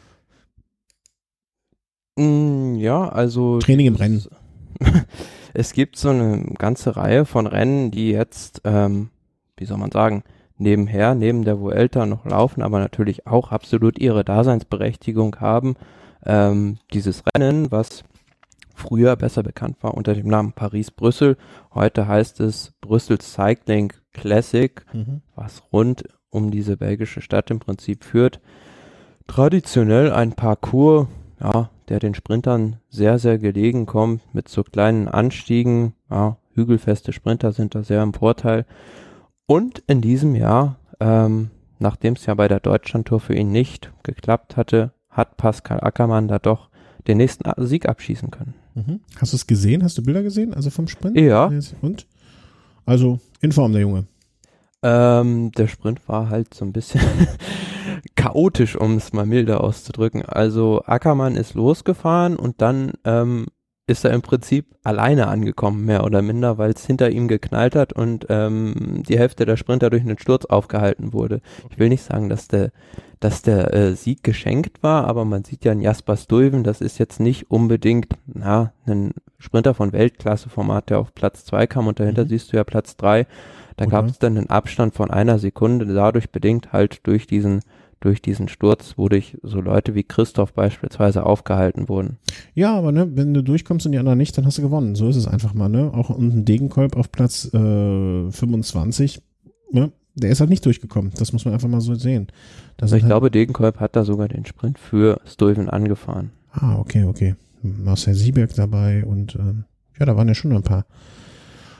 Ja, also Training im Rennen. Es gibt so eine ganze Reihe von Rennen, die jetzt, ähm, wie soll man sagen, nebenher, neben der Vuelta noch laufen, aber natürlich auch absolut ihre Daseinsberechtigung haben. Ähm, dieses Rennen, was früher besser bekannt war unter dem Namen Paris-Brüssel, heute heißt es Brüssel Cycling Classic, Mhm. was rund um diese belgische Stadt im Prinzip führt. Traditionell ein Parcours, ja, der den Sprintern sehr, sehr gelegen kommt, mit so kleinen Anstiegen, ja, hügelfeste Sprinter sind da sehr im Vorteil. Und in diesem Jahr, ähm, nachdem es ja bei der Deutschlandtour für ihn nicht geklappt hatte, hat Pascal Ackermann da doch den nächsten Sieg abschießen können. Mhm. Hast du es gesehen? Hast du Bilder gesehen? Also vom Sprint? Ja. Und? Also in Form der Junge. Ähm, der Sprint war halt so ein bisschen chaotisch, um es mal milder auszudrücken. Also Ackermann ist losgefahren und dann ähm, ist er im Prinzip alleine angekommen, mehr oder minder, weil es hinter ihm geknallt hat und ähm, die Hälfte der Sprinter durch einen Sturz aufgehalten wurde. Ich will nicht sagen, dass der, dass der äh, Sieg geschenkt war, aber man sieht ja in Jasper Stuyven, das ist jetzt nicht unbedingt na, ein Sprinter von Weltklasse-Format, der auf Platz zwei kam und dahinter Mhm. siehst du ja Platz drei. Da Okay. gab es dann einen Abstand von einer Sekunde, dadurch bedingt halt durch diesen durch diesen Sturz, wodurch so Leute wie Christoph beispielsweise aufgehalten wurden. Ja, aber ne, wenn du durchkommst und die anderen nicht, dann hast du gewonnen. So ist es einfach mal, ne? Auch unten Degenkolb auf Platz äh, fünfundzwanzig, ne? Der ist halt nicht durchgekommen. Das muss man einfach mal so sehen. Das Also ich sind halt, glaube, Degenkolb hat da sogar den Sprint für Stuyven angefahren. ah, okay, okay. Marcel Sieberg dabei und ähm, ja, da waren ja schon ein paar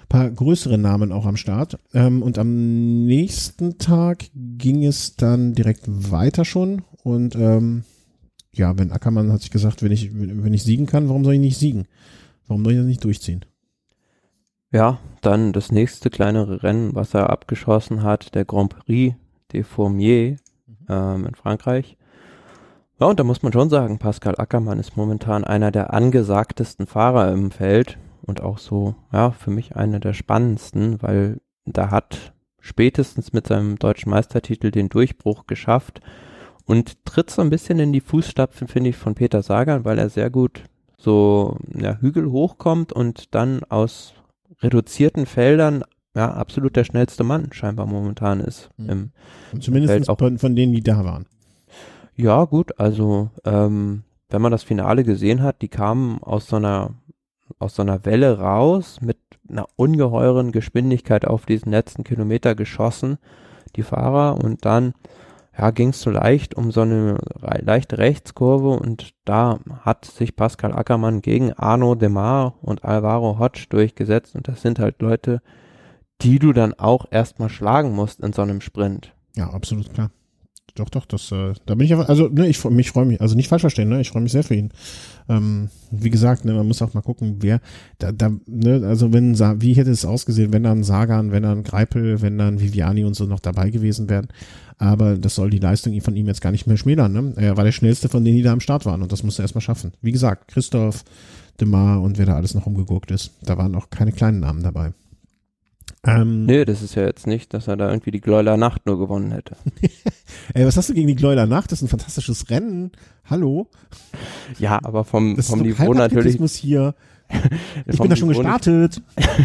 paar größere Namen auch am Start. Ähm, und am nächsten Tag ging es dann direkt weiter schon. Und ähm, ja, Ben Ackermann hat sich gesagt, wenn ich, wenn ich siegen kann, warum soll ich nicht siegen? Warum soll ich das nicht durchziehen? Ja, dann das nächste kleinere Rennen, was er abgeschossen hat, der Grand Prix des Fourmiers ähm, in Frankreich. Ja, und da muss man schon sagen, Pascal Ackermann ist momentan einer der angesagtesten Fahrer im Feld und auch so, ja, für mich einer der spannendsten, weil da hat spätestens mit seinem deutschen Meistertitel den Durchbruch geschafft und tritt so ein bisschen in die Fußstapfen, finde ich, von Peter Sagan, weil er sehr gut so ja, Hügel hochkommt und dann aus reduzierten Feldern ja absolut der schnellste Mann scheinbar momentan ist. Mhm. Im, und zumindest auch, von, von denen, die da waren. Ja, gut, also ähm, wenn man das Finale gesehen hat, die kamen aus so einer aus so einer Welle raus mit einer ungeheuren Geschwindigkeit auf diesen letzten Kilometer geschossen, die Fahrer, und dann ja, ging es so leicht um so eine re- leichte Rechtskurve und da hat sich Pascal Ackermann gegen Arnaud Démare und Alvaro Hodge durchgesetzt und das sind halt Leute, die du dann auch erstmal schlagen musst in so einem Sprint. Ja, absolut klar. Doch, doch, das, äh, da bin ich einfach, also, ne, ich mich freue mich, also nicht falsch verstehen, ne, ich freue mich sehr für ihn. Ähm, wie gesagt, ne, man muss auch mal gucken, wer, da, da, ne, also wenn, wie hätte es ausgesehen, wenn dann Sagan, wenn dann Greipel, wenn dann Viviani und so noch dabei gewesen wären, aber das soll die Leistung von ihm jetzt gar nicht mehr schmälern, ne, er war der schnellste von denen, die da am Start waren und das musste er erstmal schaffen. Wie gesagt, Christoph, Démare und wer da alles noch rumgeguckt ist, da waren auch keine kleinen Namen dabei. Ähm, nee, das ist ja jetzt nicht, dass er da irgendwie die Gleuler Nacht nur gewonnen hätte. Ey, was hast du gegen die Gleuler Nacht? Das ist ein fantastisches Rennen. Hallo? Ja, aber vom, das vom ist Niveau natürlich. Hier. Ich bin da schon Niveau gestartet.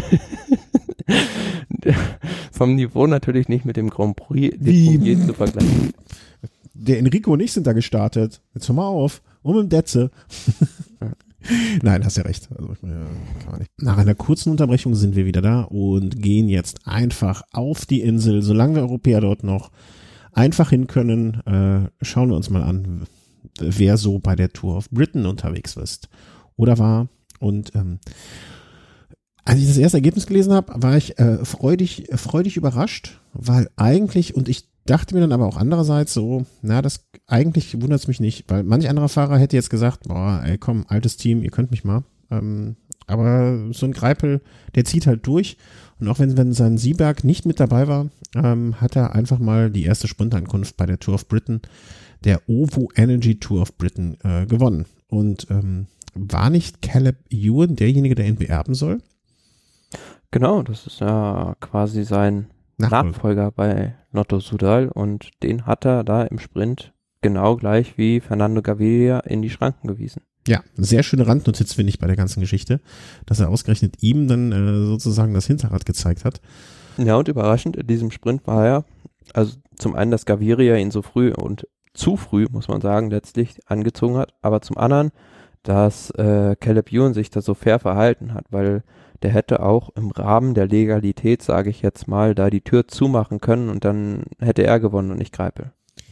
Vom Niveau natürlich nicht mit dem Grand Prix Wie? zu vergleichen. Der Enrico und ich sind da gestartet. Jetzt hör mal auf. Und mit dem Detze. Nein, hast ja recht. Also, kann man nicht. Nach einer kurzen Unterbrechung sind wir wieder da und gehen jetzt einfach auf die Insel, solange wir Europäer dort noch einfach hin können. Äh, schauen wir uns mal an, wer so bei der Tour of Britain unterwegs ist oder war. Und ähm, als ich das erste Ergebnis gelesen habe, war ich äh, freudig, freudig überrascht, weil eigentlich, und ich dachte mir dann aber auch andererseits so, na, das eigentlich wundert es mich nicht, weil manch anderer Fahrer hätte jetzt gesagt, boah, ey, komm, altes Team, ihr könnt mich mal. Ähm, aber so ein Greipel, der zieht halt durch. Und auch wenn, wenn sein Sieberg nicht mit dabei war, ähm, hat er einfach mal die erste Sprintankunft bei der Tour of Britain, der O V O Energy Tour of Britain, äh, gewonnen. Und ähm, war nicht Caleb Ewan derjenige, der ihn beerben soll? Genau, das ist ja quasi sein Nachfolger, Nachfolger bei Lotto Soudal und den hat er da im Sprint genau gleich wie Fernando Gaviria in die Schranken gewiesen. Ja, sehr schöne Randnotiz finde ich bei der ganzen Geschichte, dass er ausgerechnet ihm dann äh, sozusagen das Hinterrad gezeigt hat. Ja, und überraschend in diesem Sprint war er, also zum einen, dass Gaviria ihn so früh und zu früh, muss man sagen, letztlich angezogen hat, aber zum anderen, dass äh, Caleb Ewan sich da so fair verhalten hat, weil der hätte auch im Rahmen der Legalität, sage ich jetzt mal, da die Tür zumachen können und dann hätte er gewonnen und nicht Greipel.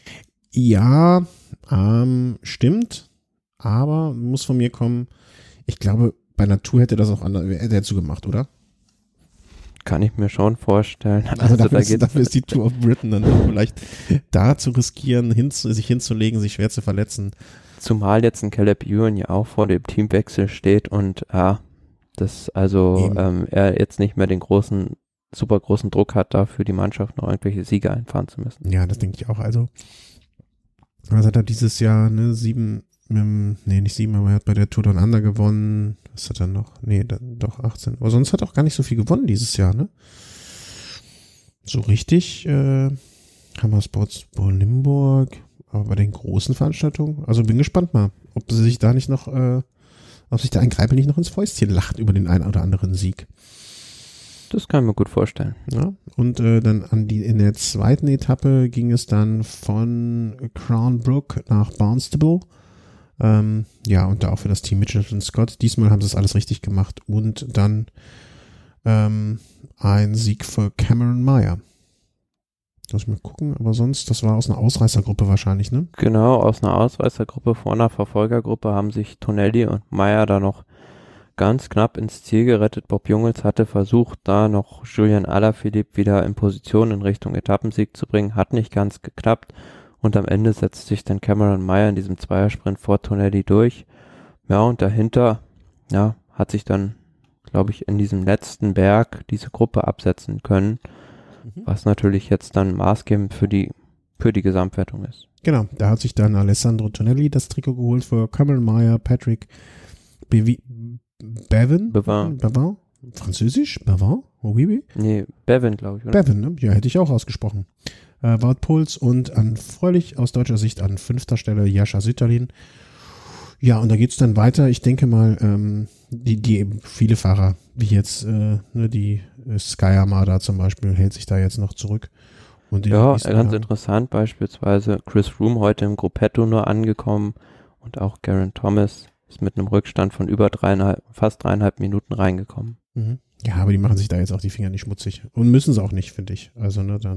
Ja, ähm, stimmt, aber muss von mir kommen, ich glaube, bei Natur hätte das auch anders, hätte er zugemacht, oder? Kann ich mir schon vorstellen. Also, also dafür, da ist, dafür ist die Tour of Britain dann auch vielleicht da zu riskieren, hin, sich hinzulegen, sich schwer zu verletzen. Zumal jetzt ein Caleb Ewan ja auch vor dem Teamwechsel steht und ja, dass also ähm, er jetzt nicht mehr den großen, super großen Druck hat, da für die Mannschaft noch irgendwelche Siege einfahren zu müssen. Ja, das denke ich auch. Also, was hat er dieses Jahr, ne, sieben, ähm, nee, nicht sieben, aber er hat bei der Tour Down Under gewonnen. Was hat er noch? Nee, dann doch achtzehn. Aber sonst hat er auch gar nicht so viel gewonnen dieses Jahr, ne? So richtig, äh, Hammer Sports Ball Limburg, aber bei den großen Veranstaltungen, also bin gespannt mal, ob sie sich da nicht noch, äh, ob sich da ein Greipel nicht noch ins Fäustchen lacht über den einen oder anderen Sieg. Das kann ich mir gut vorstellen. Ja, und äh, dann an die in der zweiten Etappe ging es dann von Crown Brook nach Barnstable. Ähm, ja, und da auch für das Team Mitchelton Scott. Diesmal haben sie es alles richtig gemacht. Und dann ähm, ein Sieg für Cameron Meyer. Lass ich mal gucken, aber sonst, das war aus einer Ausreißergruppe wahrscheinlich, ne? Genau, aus einer Ausreißergruppe vor einer Verfolgergruppe haben sich Tonelli und Meyer da noch ganz knapp ins Ziel gerettet. Bob Jungels hatte versucht, da noch Julian Alaphilippe wieder in Position in Richtung Etappensieg zu bringen, hat nicht ganz geklappt und am Ende setzt sich dann Cameron Meyer in diesem Zweiersprint vor Tonelli durch. Ja, und dahinter, ja, hat sich dann, glaube ich, in diesem letzten Berg diese Gruppe absetzen können, mhm. was natürlich jetzt dann maßgebend für die, für die Gesamtwertung ist. Genau, da hat sich dann Alessandro Tonelli das Trikot geholt für Cameron Meyer, Patrick Bevi- Bevin? Bevin. Bevin? Französisch? Bevin? Oui, oui. Nee, Bevin, glaube ich, oder? Bevin, ne? Ja, hätte ich auch ausgesprochen. Äh, Wout Puls und an fröhlich aus deutscher Sicht an fünfter Stelle Jascha Sütterlin. Ja, und da geht's dann weiter. Ich denke mal, ähm, die, die viele Fahrer, wie jetzt äh, ne, die äh, Sky Armada zum Beispiel, hält sich da jetzt noch zurück. Und ja, ganz Jahren. interessant beispielsweise Chris Froome heute im Gruppetto nur angekommen und auch Geraint Thomas ist mit einem Rückstand von über dreieinhalb, fast dreieinhalb Minuten reingekommen. Mhm. Ja, aber die machen sich da jetzt auch die Finger nicht schmutzig. Und müssen sie auch nicht, finde ich. Also, ne, dann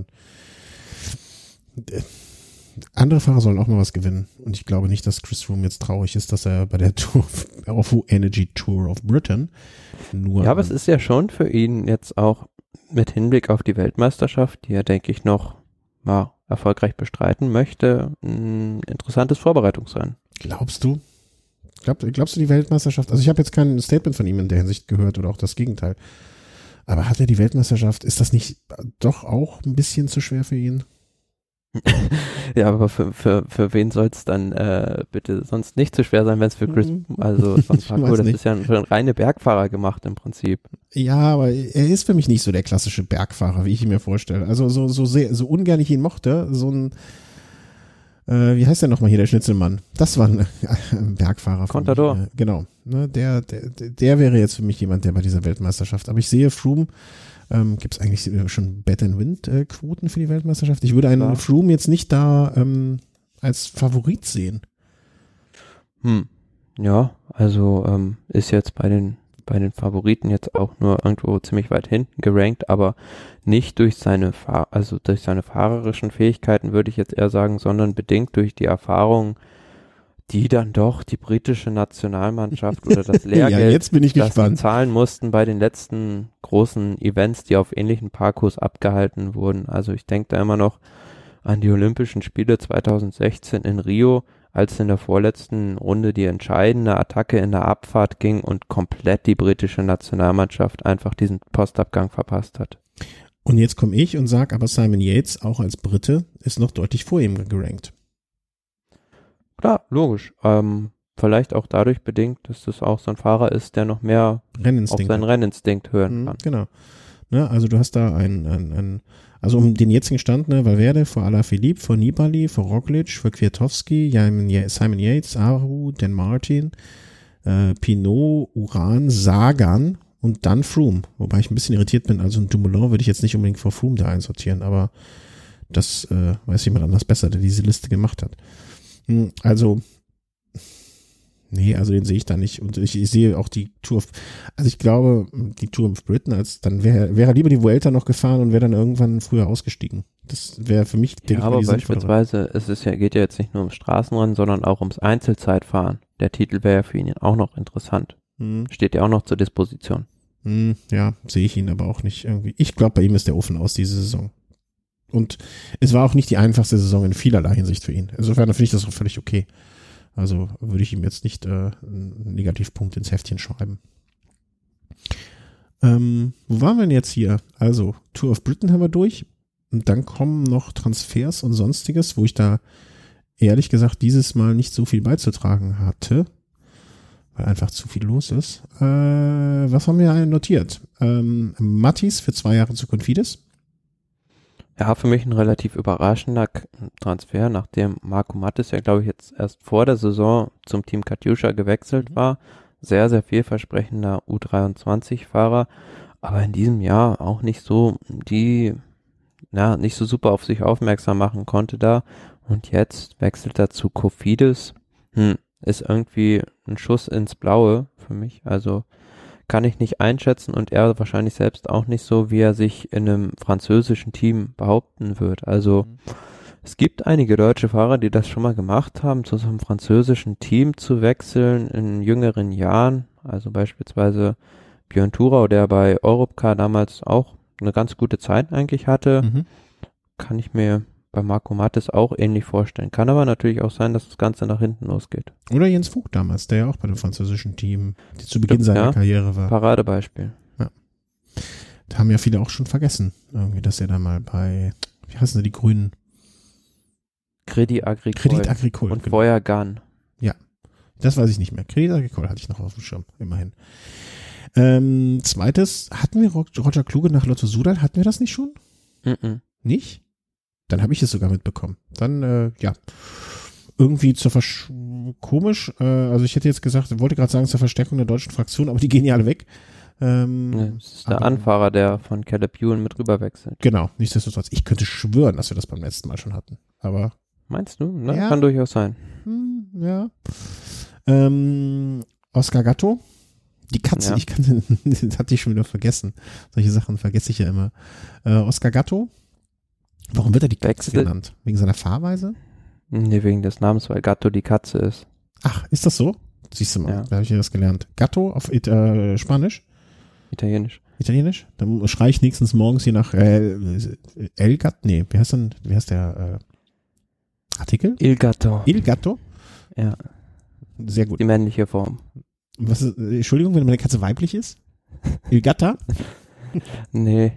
äh, andere Fahrer sollen auch mal was gewinnen. Und ich glaube nicht, dass Chris Froome jetzt traurig ist, dass er bei der Tour of Energy Tour of Britain nur... Ja, aber es ist ja schon für ihn jetzt auch mit Hinblick auf die Weltmeisterschaft, die er, denke ich, noch ja, erfolgreich bestreiten möchte, ein interessantes Vorbereitungsrennen. Glaubst du? Glaub, glaubst du die Weltmeisterschaft? Also ich habe jetzt kein Statement von ihm in der Hinsicht gehört oder auch das Gegenteil. Aber hat er die Weltmeisterschaft, ist das nicht doch auch ein bisschen zu schwer für ihn? Ja, aber für, für, für wen soll es dann äh, bitte sonst nicht zu schwer sein, wenn es für Chris, also so ein Parcours, das ist ja für einen reine Bergfahrer gemacht im Prinzip. Ja, aber er ist für mich nicht so der klassische Bergfahrer, wie ich ihn mir vorstelle. Also so, so sehr, so ungern ich ihn mochte, so ein Äh, wie heißt der nochmal hier, der Schnitzelmann? Das war ein, ein Bergfahrer. Contador. Mich, äh, genau. Ne, der, der, der wäre jetzt für mich jemand, der bei dieser Weltmeisterschaft. Aber ich sehe Froome, ähm, gibt es eigentlich schon Bet-and-Win-Quoten für die Weltmeisterschaft? Ich würde einen ja. Froome jetzt nicht da ähm, als Favorit sehen. Hm. Ja, also ähm, ist jetzt bei den bei den Favoriten jetzt auch nur irgendwo ziemlich weit hinten gerankt, aber nicht durch seine Fahr- also durch seine fahrerischen Fähigkeiten, würde ich jetzt eher sagen, sondern bedingt durch die Erfahrung, die dann doch die britische Nationalmannschaft oder das Lehrgeld, ja, jetzt bin ich das gespannt. sie zahlen mussten bei den letzten großen Events, die auf ähnlichen Parcours abgehalten wurden. Also ich denke da immer noch an die Olympischen Spiele zweitausendsechzehn in Rio, als in der vorletzten Runde die entscheidende Attacke in der Abfahrt ging und komplett die britische Nationalmannschaft einfach diesen Postabgang verpasst hat. Und jetzt komme ich und sage, aber Simon Yates, auch als Brite, ist noch deutlich vor ihm gerankt. Klar, logisch. Ähm, vielleicht auch dadurch bedingt, dass das auch so ein Fahrer ist, der noch mehr auf seinen Renninstinkt hören kann. Mhm, genau. Ne, also du hast da ein, ein, ein also um den jetzigen Stand, ne, Valverde vor Alaphilippe, vor Nibali, vor Roglic, vor Kwiatkowski, Simon Yates, Aru, Dan Martin, äh, Pinot, Uran, Sagan und dann Froome. Wobei ich ein bisschen irritiert bin, also ein Dumoulin würde ich jetzt nicht unbedingt vor Froome da einsortieren, aber das äh, weiß jemand anders besser, der diese Liste gemacht hat. Hm, also nee, also den sehe ich da nicht. Und ich, ich sehe auch die Tour of, also ich glaube, die Tour of Britain, als dann wäre wäre lieber die Vuelta noch gefahren und wäre dann irgendwann früher ausgestiegen. Das wäre für mich, denke ja, ich, aber beispielsweise, es ist ja, geht ja jetzt nicht nur ums Straßenrennen, sondern auch ums Einzelzeitfahren. Der Titel wäre ja für ihn auch noch interessant. Hm. Steht ja auch noch zur Disposition. Hm, ja, sehe ich ihn aber auch nicht irgendwie. Ich glaube, bei ihm ist der Ofen aus diese Saison. Und es war auch nicht die einfachste Saison in vielerlei Hinsicht für ihn. Insofern finde ich das auch völlig okay. Also würde ich ihm jetzt nicht äh, einen Negativpunkt ins Heftchen schreiben. Ähm, wo waren wir denn jetzt hier? Also Tour of Britain haben wir durch. Und dann kommen noch Transfers und Sonstiges, wo ich da ehrlich gesagt dieses Mal nicht so viel beizutragen hatte, weil einfach zu viel los ist. Äh, was haben wir notiert? Ähm, Mattis für zwei Jahre zu Confides. Ja, für mich ein relativ überraschender Transfer, nachdem Marco Mattis ja, glaube ich, jetzt erst vor der Saison zum Team Katusha gewechselt war. Sehr, sehr vielversprechender U dreiundzwanzig-Fahrer, aber in diesem Jahr auch nicht so die, ja, nicht so super auf sich aufmerksam machen konnte da. Und jetzt wechselt er zu Cofidis. Hm, ist irgendwie ein Schuss ins Blaue für mich, also kann ich nicht einschätzen und er wahrscheinlich selbst auch nicht so, wie er sich in einem französischen Team behaupten wird. Also mhm. es gibt einige deutsche Fahrer, die das schon mal gemacht haben, zu so einem französischen Team zu wechseln in jüngeren Jahren. Also beispielsweise Björn Thurau, der bei Europcar damals auch eine ganz gute Zeit eigentlich hatte, Mhm. kann ich mir bei Marco Mattes auch ähnlich vorstellen. Kann aber natürlich auch sein, dass das Ganze nach hinten losgeht. Oder Jens Vogt damals, der ja auch bei dem französischen Team, die zu Beginn seiner Ja. Karriere war. Paradebeispiel. Da haben ja viele auch schon vergessen, irgendwie, dass er da mal bei, wie heißen sie, die Grünen? Credit Agricole. Credit Agricole. Und genau. vorher Gun. Das weiß ich nicht mehr. Credit Agricole hatte ich noch auf dem Schirm, immerhin. Ähm, zweites, hatten wir Roger Kluge nach Lotto Sudal? Hatten wir das nicht schon? Mhm. Nicht? Dann habe ich es sogar mitbekommen. Dann, äh, ja, irgendwie zur Versch komisch. Äh, also ich hätte jetzt gesagt, wollte gerade sagen zur Verstärkung der deutschen Fraktion, aber die gehen ja alle weg. Ähm, Ja, das ist der aber- Anfahrer, der von Caleb Ewan mit rüber wechselt. Genau, nichtsdestotrotz. Ich könnte schwören, dass wir das beim letzten Mal schon hatten. Aber, Meinst du? Ne? Ja. Kann durchaus sein. hm, ja. Ähm, Oscar Gatto. Die Katze, Ja. ich kann den, das hatte ich schon wieder vergessen. Solche Sachen vergesse ich ja immer. Äh, Oscar Gatto. Warum wird er die Katze Wechselt- genannt? Wegen seiner Fahrweise? Nee, wegen des Namens, weil Gatto die Katze ist. Ach, ist das so? Siehst du mal, Ja. da habe ich ja das gelernt. Gatto auf It äh, Spanisch? Italienisch. Italienisch? Dann schreie ich nächstens morgens hier nach äh, El Gatto. Nee, wie heißt denn, wie heißt der äh, Artikel? Il Gatto. Il Gatto? Ja, Sehr gut. die männliche Form. Was ist, äh, Entschuldigung, wenn meine Katze weiblich ist? Il Gatta? Nee,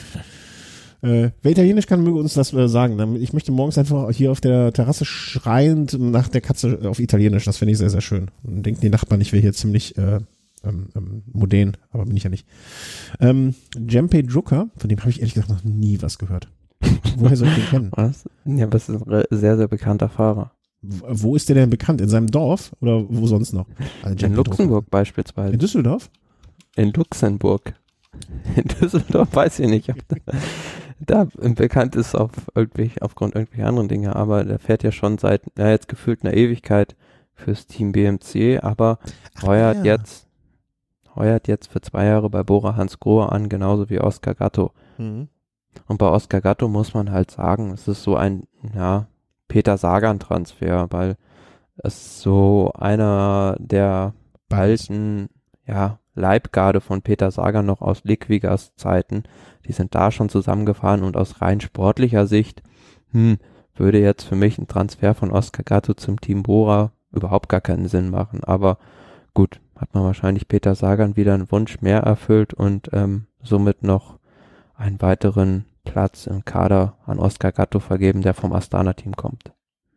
Äh, wer Italienisch kann, möge uns das äh, sagen. Dann- Ich möchte morgens einfach hier auf der Terrasse schreiend nach der Katze auf Italienisch. Das finde ich sehr, sehr schön. Dann denken die Nachbarn, ich wäre hier ziemlich äh, ähm, ähm, modern, aber bin ich ja nicht. Ähm, Djempe Drucker, von dem habe ich ehrlich gesagt noch nie was gehört. Woher soll ich den kennen? was? Ja, aber es ist ein re- sehr, sehr bekannter Fahrer. W- Wo ist der denn bekannt? In seinem Dorf oder wo sonst noch? Also In Djempe Luxemburg Drucker. beispielsweise. In Düsseldorf? In Luxemburg. In Düsseldorf weiß ich nicht, ob da, da bekannt ist auf irgendwie, aufgrund irgendwelcher anderen Dinge, aber der fährt ja schon seit, ja, jetzt gefühlt einer Ewigkeit fürs Team B M C, aber Ach, heuert ja. jetzt, heuert jetzt für zwei Jahre bei Bora Hansgrohe an, genauso wie Oscar Gatto. Mhm. Und bei Oscar Gatto muss man halt sagen, es ist so ein, ja, Peter Sagan-Transfer, weil es ist so einer der Beides. alten, ja, Leibgarde von Peter Sagan noch aus Liquigas Zeiten. Die sind da schon zusammengefahren und aus rein sportlicher Sicht, hm, würde jetzt für mich ein Transfer von Oscar Gatto zum Team Bora überhaupt gar keinen Sinn machen. Aber gut, hat man wahrscheinlich Peter Sagan wieder einen Wunsch mehr erfüllt und ähm, somit noch einen weiteren Platz im Kader an Oscar Gatto vergeben, der vom Astana-Team kommt.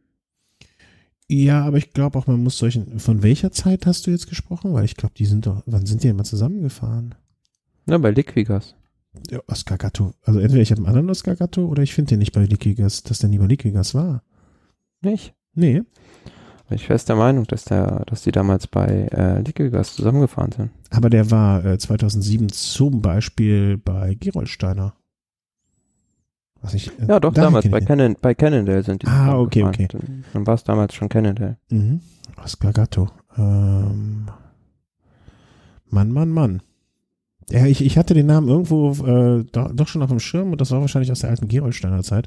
Ja, aber ich glaube auch, man muss solchen, von welcher Zeit hast du jetzt gesprochen? Weil ich glaube, die sind doch, wann sind die denn mal zusammengefahren? Ja, bei Liquigas. Ja, Oscar Gatto. Also entweder ich habe einen anderen Oscar Gatto oder ich finde den nicht bei Liquigas, dass der nie bei Liquigas war. Nicht? Nee. Bin ich fest der Meinung, dass der, dass die damals bei äh, Liquigas zusammengefahren sind. Aber der war äh, zweitausendsieben zum Beispiel bei Gerolsteiner. Was ich, äh, Ja, doch, daher damals kenn bei, ich den. Cannon, bei Cannondale sind die Ah, okay, zusammengefahren. Dann, dann war es damals schon Cannondale. Mhm. Oscar Gatto. Ähm, Mann, Mann, Mann. Ja, ich, ich hatte den Namen irgendwo äh, do, doch schon auf dem Schirm und das war wahrscheinlich aus der alten Gerolsteiner Zeit.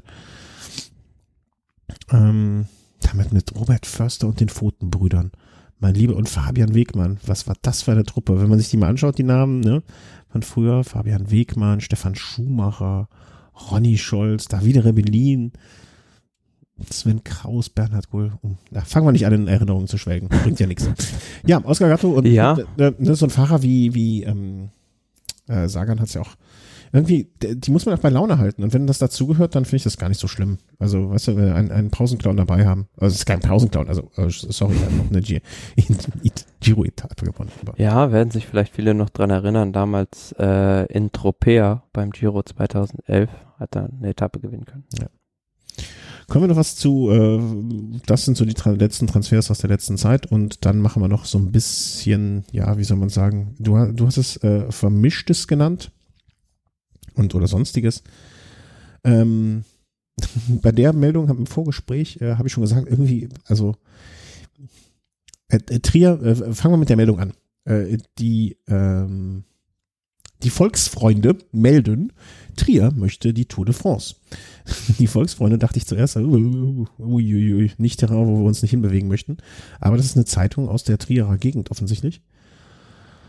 Ähm, damit mit Robert Förster und den Pfotenbrüdern. Mein Lieber und Fabian Wegmann. Was war das für eine Truppe? Wenn man sich die mal anschaut, die Namen, ne? Von früher, Fabian Wegmann, Stefan Schumacher, Ronny Scholz, Davide Rebellin, Sven Kraus, Bernhard Gull. Um, ja, fangen wir nicht an, in Erinnerungen zu schwelgen. Bringt ja nichts. Ja, Oscar Gatto und Ja. äh, äh, so ein Fahrer wie, wie ähm, äh, Sagan hat es ja auch irgendwie, d- die muss man auch bei Laune halten. Und wenn das dazugehört, dann finde ich das gar nicht so schlimm. Also, weißt du, wenn wir einen, einen Pausenclown dabei haben. Also, es ist kein Pausenclown. Also, äh, sorry, er hat noch eine Gi- Giro-Etappe gewonnen. Aber Ja, werden sich vielleicht viele noch dran erinnern, damals äh, in Tropea beim Giro zweitausendelf hat er eine Etappe gewinnen können. kommen wir noch was zu, äh, das sind so die tra- letzten Transfers aus der letzten Zeit und dann machen wir noch so ein bisschen, ja, wie soll man sagen, du, ha- du hast es äh, Vermischtes genannt und oder Sonstiges. Ähm, bei der Meldung im Vorgespräch äh, habe ich schon gesagt, irgendwie, also äh, äh, Trier, äh, fangen wir mit der Meldung an. Äh, die, ähm, die Volksfreunde melden, Trier möchte die Tour de France. Die Volksfreunde dachte ich zuerst, uiuiui, ui, ui, nicht Terrain, wo wir uns nicht hinbewegen möchten. Aber das ist eine Zeitung aus der Trierer Gegend offensichtlich.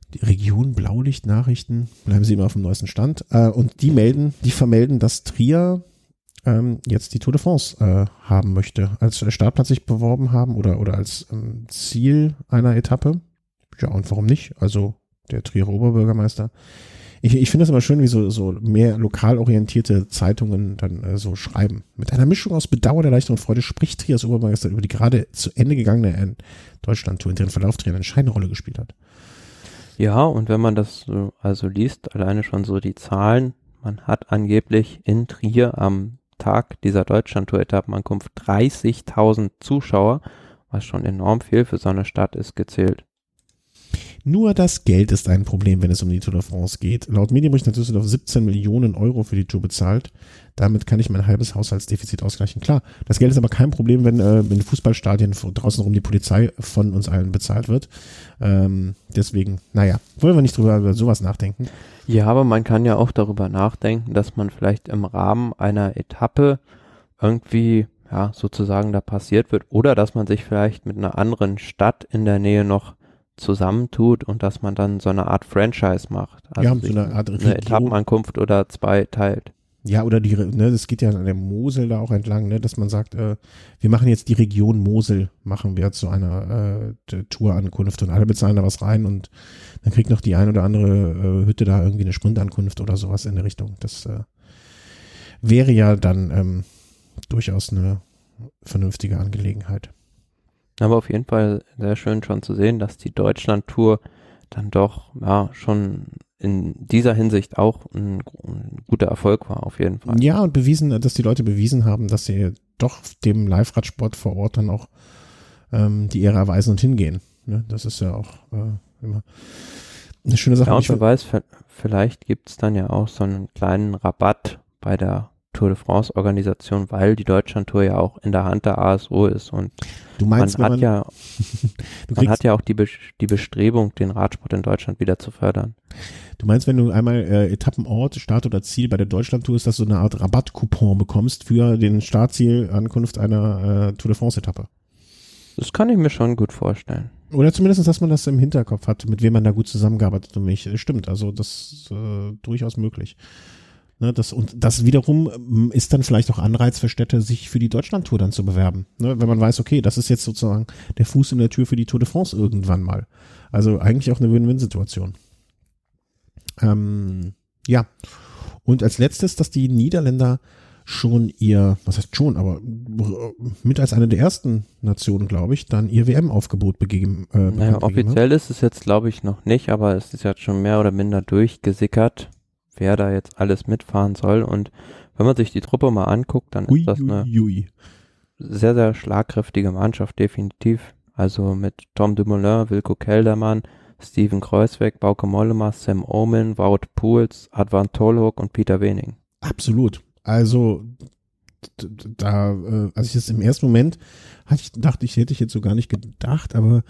die Region Blaulicht-Nachrichten, bleiben Sie immer auf dem neuesten Stand. Äh, und die melden, die vermelden, dass Trier ähm, jetzt die Tour de France äh, haben möchte, als Startplatz sich beworben haben oder, oder als ähm, Ziel einer Etappe. Ja, und warum nicht? Also der Trierer Oberbürgermeister. Ich, ich finde es immer schön, wie so, so mehr lokal orientierte Zeitungen dann äh, so schreiben. Mit einer Mischung aus Bedauern, der leichteren Freude spricht Triers Oberbürgermeister über die gerade zu Ende gegangene Deutschland-Tour, in deren Verlauf Trier eine entscheidende Rolle gespielt hat. Ja, und wenn man das so also liest, alleine schon so die Zahlen, man hat angeblich in Trier am Tag dieser Deutschland-Tour-Etappenankunft dreißigtausend Zuschauer, was schon enorm viel für so eine Stadt ist, gezählt. Nur das Geld ist ein Problem, wenn es um die Tour de France geht. Laut Medienbericht hat Düsseldorf siebzehn Millionen Euro für die Tour bezahlt. Damit kann ich mein halbes Haushaltsdefizit ausgleichen. Klar, das Geld ist aber kein Problem, wenn äh, in Fußballstadien draußen rum die Polizei von uns allen bezahlt wird. Ähm, deswegen, naja, wollen wir nicht drüber über sowas nachdenken. Ja, aber man kann ja auch darüber nachdenken, dass man vielleicht im Rahmen einer Etappe irgendwie, ja, sozusagen da passiert wird oder dass man sich vielleicht mit einer anderen Stadt in der Nähe noch zusammentut und dass man dann so eine Art Franchise macht. Also ja, so eine Art eine Etappenankunft oder zwei teilt. Ja, oder die, ne, das geht ja an der Mosel da auch entlang, ne, dass man sagt, äh, wir machen jetzt die Region Mosel, machen wir zu einer äh, Tourankunft und alle bezahlen da was rein und dann kriegt noch die ein oder andere äh, Hütte da irgendwie eine Sprintankunft oder sowas in der Richtung. Das äh, wäre ja dann ähm, durchaus eine vernünftige Angelegenheit. Aber auf jeden Fall sehr schön schon zu sehen, dass die Deutschland-Tour dann doch ja schon in dieser Hinsicht auch ein, ein guter Erfolg war, auf jeden Fall. Ja, und bewiesen, dass die Leute bewiesen haben, dass sie doch dem Live-Radsport vor Ort dann auch ähm, die Ehre erweisen und hingehen. Ne? Das ist ja auch äh, immer eine schöne Sache. Ja, und wer weiß, vielleicht gibt es dann ja auch so einen kleinen Rabatt bei der Tour de France Organisation, weil die Deutschland-Tour ja auch in der Hand der A S O ist und du meinst, man hat man, ja man hat ja auch die, Be- die Bestrebung, den Radsport in Deutschland wieder zu fördern. Du meinst, wenn du einmal äh, Etappenort, Start oder Ziel bei der Deutschland-Tour ist, dass du eine Art Rabattcoupon bekommst für den Startziel Ankunft einer äh, Tour de France-Etappe? Das kann ich mir schon gut vorstellen. Oder zumindest, dass man das im Hinterkopf hat, mit wem man da gut zusammengearbeitet und mich. Stimmt, also das ist äh, durchaus möglich. Ne, das, und das wiederum ist dann vielleicht auch Anreiz für Städte, sich für die Deutschland-Tour dann zu bewerben. Ne, wenn man weiß, okay, das ist jetzt sozusagen der Fuß in der Tür für die Tour de France irgendwann mal. Also eigentlich auch eine Win-Win-Situation. Ähm, ja. Und als letztes, dass die Niederländer schon ihr, was heißt schon, aber mit als eine der ersten Nationen, glaube ich, dann ihr W M-Aufgebot begeben. Äh, naja, offiziell ist es jetzt, glaube ich, noch nicht, aber es ist jetzt schon mehr oder minder durchgesickert, wer da jetzt alles mitfahren soll. Und wenn man sich die Truppe mal anguckt, dann ui, ist das eine ui, ui. sehr, sehr schlagkräftige Mannschaft, definitiv. Also mit Tom Dumoulin, Wilco Kelderman, Steven Kruijswijk, Bauke Mollema, Sam Oomen, Wout Poels, Advan Tolhoek und Peter Wening. Absolut. Also da, äh, als ich das im ersten Moment hatte ich, dachte ich, hätte ich jetzt so gar nicht gedacht, aber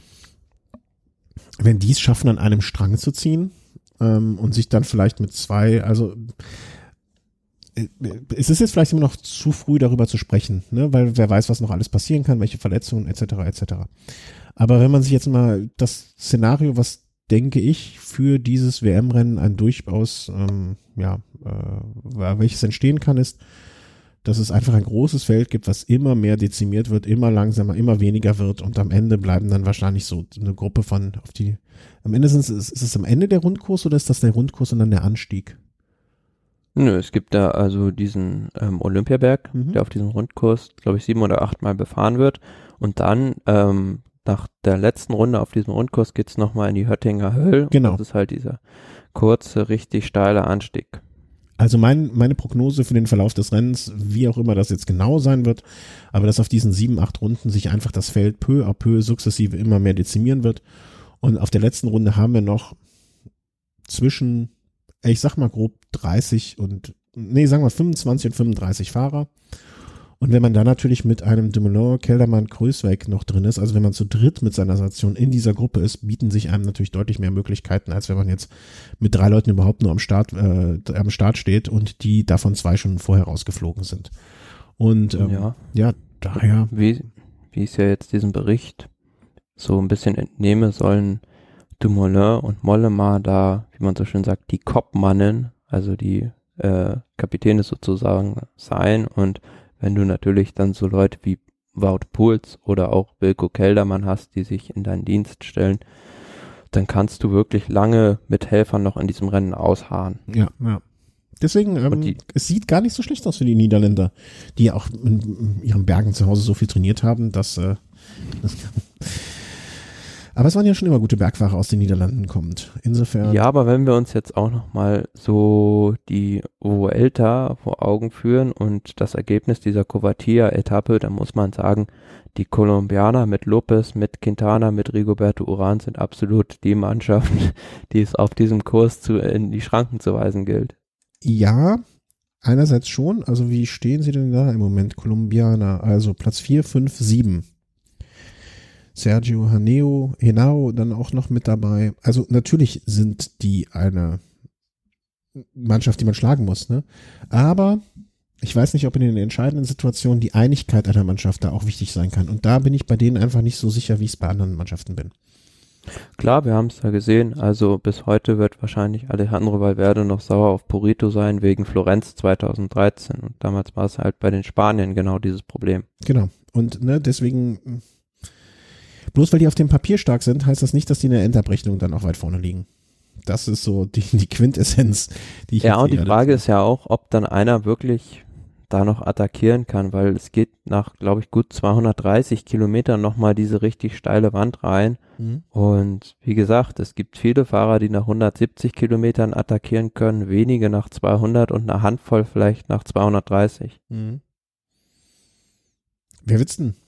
wenn die es schaffen, an einem Strang zu ziehen ähm, und sich dann vielleicht mit zwei, also äh, es ist jetzt vielleicht immer noch zu früh darüber zu sprechen, ne? Weil wer weiß, was noch alles passieren kann, welche Verletzungen et cetera et cetera. Aber wenn man sich jetzt mal das Szenario, was denke ich, für dieses W M-Rennen ein durchaus, ähm, ja, äh, welches entstehen kann, ist, dass es einfach ein großes Feld gibt, was immer mehr dezimiert wird, immer langsamer, immer weniger wird und am Ende bleiben dann wahrscheinlich so eine Gruppe von, auf die, am Ende sind es, ist es am Ende der Rundkurs oder ist das der Rundkurs und dann der Anstieg? Nö, es gibt da also diesen ähm, Olympiaberg, Mhm. der auf diesem Rundkurs, glaube ich, sieben oder acht Mal befahren wird und dann, ähm, nach der letzten Runde auf diesem Rundkurs geht's nochmal in die Höttinger Höll. Genau. Das ist halt dieser kurze, richtig steile Anstieg. Also mein, meine Prognose für den Verlauf des Rennens, wie auch immer das jetzt genau sein wird, aber dass auf diesen sieben, acht Runden sich einfach das Feld peu à peu sukzessive immer mehr dezimieren wird. Und auf der letzten Runde haben wir noch zwischen, ich sag mal grob dreißig und, nee, sagen wir fünfundzwanzig und fünfunddreißig Fahrer. Und wenn man da natürlich mit einem Dumoulin, Kelderman, Kruijswijk noch drin ist, also wenn man zu dritt mit seiner Nation in dieser Gruppe ist, bieten sich einem natürlich deutlich mehr Möglichkeiten, als wenn man jetzt mit drei Leuten überhaupt nur am Start, äh, am Start steht und die davon zwei schon vorher rausgeflogen sind. Und ähm, ja. ja, daher. Wie, wie ich ja jetzt diesen Bericht so ein bisschen entnehme, sollen Dumoulin und Mollema da, wie man so schön sagt, die Kopfmannen, also die äh, Kapitäne sozusagen sein. Und wenn du natürlich dann so Leute wie Wout Poels oder auch Wilco Kelderman hast, die sich in deinen Dienst stellen, dann kannst du wirklich lange mit Helfern noch in diesem Rennen ausharren. Ja, ja. Deswegen, ähm, die, es sieht gar nicht so schlecht aus für die Niederländer, die ja auch in ihren Bergen zu Hause so viel trainiert haben, dass, äh, das aber es waren ja schon immer gute Bergfahrer aus den Niederlanden kommend. Insofern. Ja, aber wenn wir uns jetzt auch nochmal so die Vuelta vor Augen führen und das Ergebnis dieser Covatia-Etappe, dann muss man sagen, die Kolumbianer mit Lopez, mit Quintana, mit Rigoberto Urán sind absolut die Mannschaft, die es auf diesem Kurs zu, in die Schranken zu weisen gilt. Ja, einerseits schon. Also wie stehen sie denn da im Moment? Kolumbianer, also Platz vier, fünf, sieben. Sergio Henao, Henao dann auch noch mit dabei. Also natürlich sind die eine Mannschaft, die man schlagen muss, ne? Aber ich weiß nicht, ob in den entscheidenden Situationen die Einigkeit einer Mannschaft da auch wichtig sein kann. Und da bin ich bei denen einfach nicht so sicher, wie ich es bei anderen Mannschaften bin. Klar, wir haben es ja gesehen. Also bis heute wird wahrscheinlich Alejandro Valverde noch sauer auf Purito sein wegen Florenz zweitausenddreizehn. Und damals war es halt bei den Spaniern genau dieses Problem. Genau. Und ne, deswegen, bloß weil die auf dem Papier stark sind, heißt das nicht, dass die in der Endabrechnung dann auch weit vorne liegen. Das ist so die, die Quintessenz, die ich Ja, und die Frage ist ja auch, ob dann einer wirklich da noch attackieren kann, weil es geht nach, glaube ich, gut zweihundertdreißig Kilometern nochmal diese richtig steile Wand rein. Mhm. Und wie gesagt, es gibt viele Fahrer, die nach hundertsiebzig Kilometern attackieren können, wenige nach zweihundert und eine Handvoll vielleicht nach zweihundertdreißig. Mhm. Wer wird's denn?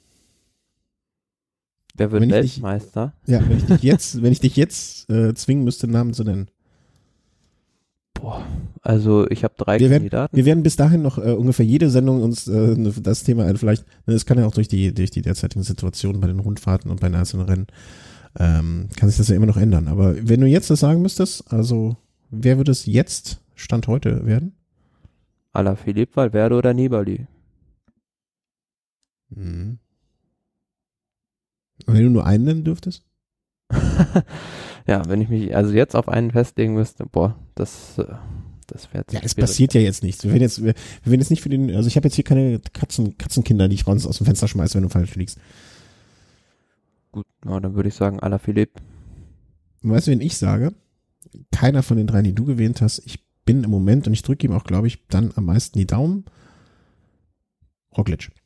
Wer wird Weltmeister? Dich, ja, wenn ich dich jetzt, wenn ich dich jetzt äh, zwingen müsste, einen Namen zu nennen. Boah, also ich habe drei wir Kandidaten. Werden, wir werden bis dahin noch äh, ungefähr jede Sendung uns äh, das Thema, äh, vielleicht, das kann ja auch durch die durch die derzeitigen Situationen bei den Rundfahrten und bei den einzelnen Rennen, ähm, kann sich das ja immer noch ändern. Aber wenn du jetzt das sagen müsstest, also wer würde es jetzt, Stand heute, werden? Alaphilippe, Valverde oder Nibali? Mhm. Und wenn du nur einen nennen dürftest? Ja, wenn ich mich also jetzt auf einen festlegen müsste, boah, das, das wäre ja, es passiert ja jetzt nichts. Wir werden jetzt, wir, wir werden jetzt nicht für den, also ich habe jetzt hier keine Katzen, Katzenkinder, die ich raus aus dem Fenster schmeiße, wenn du falsch liegst. Gut, na, dann würde ich sagen Alaphilippe. Weißt du, wen ich sage? Keiner von den dreien, die du gewählt hast. Ich bin im Moment, und ich drücke ihm auch, glaube ich, dann am meisten die Daumen. Roglic.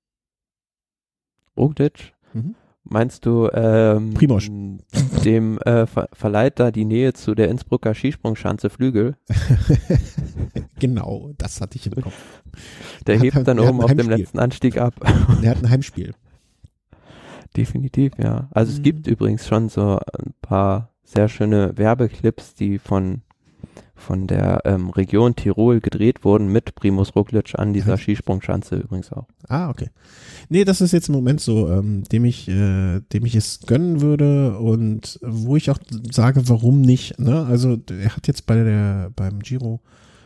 Roglic? Mhm. Meinst du, ähm, Primož. dem äh, Ver- verleiht da die Nähe zu der Innsbrucker Skisprungschanze Flügel? Genau, das hatte ich im Kopf. Der, der hebt hat, dann oben auf dem letzten Anstieg ab. Der hat ein Heimspiel. Definitiv, ja. Also mhm. es gibt übrigens schon so ein paar sehr schöne Werbeclips, die von von der ähm, Region Tirol gedreht wurden mit Primož Roglic an dieser Skisprungschanze übrigens auch. Ah, okay. Nee, das ist jetzt im Moment so, ähm, dem ich, äh, dem ich es gönnen würde und wo ich auch sage, warum nicht, ne? Also, er hat jetzt bei der, beim Giro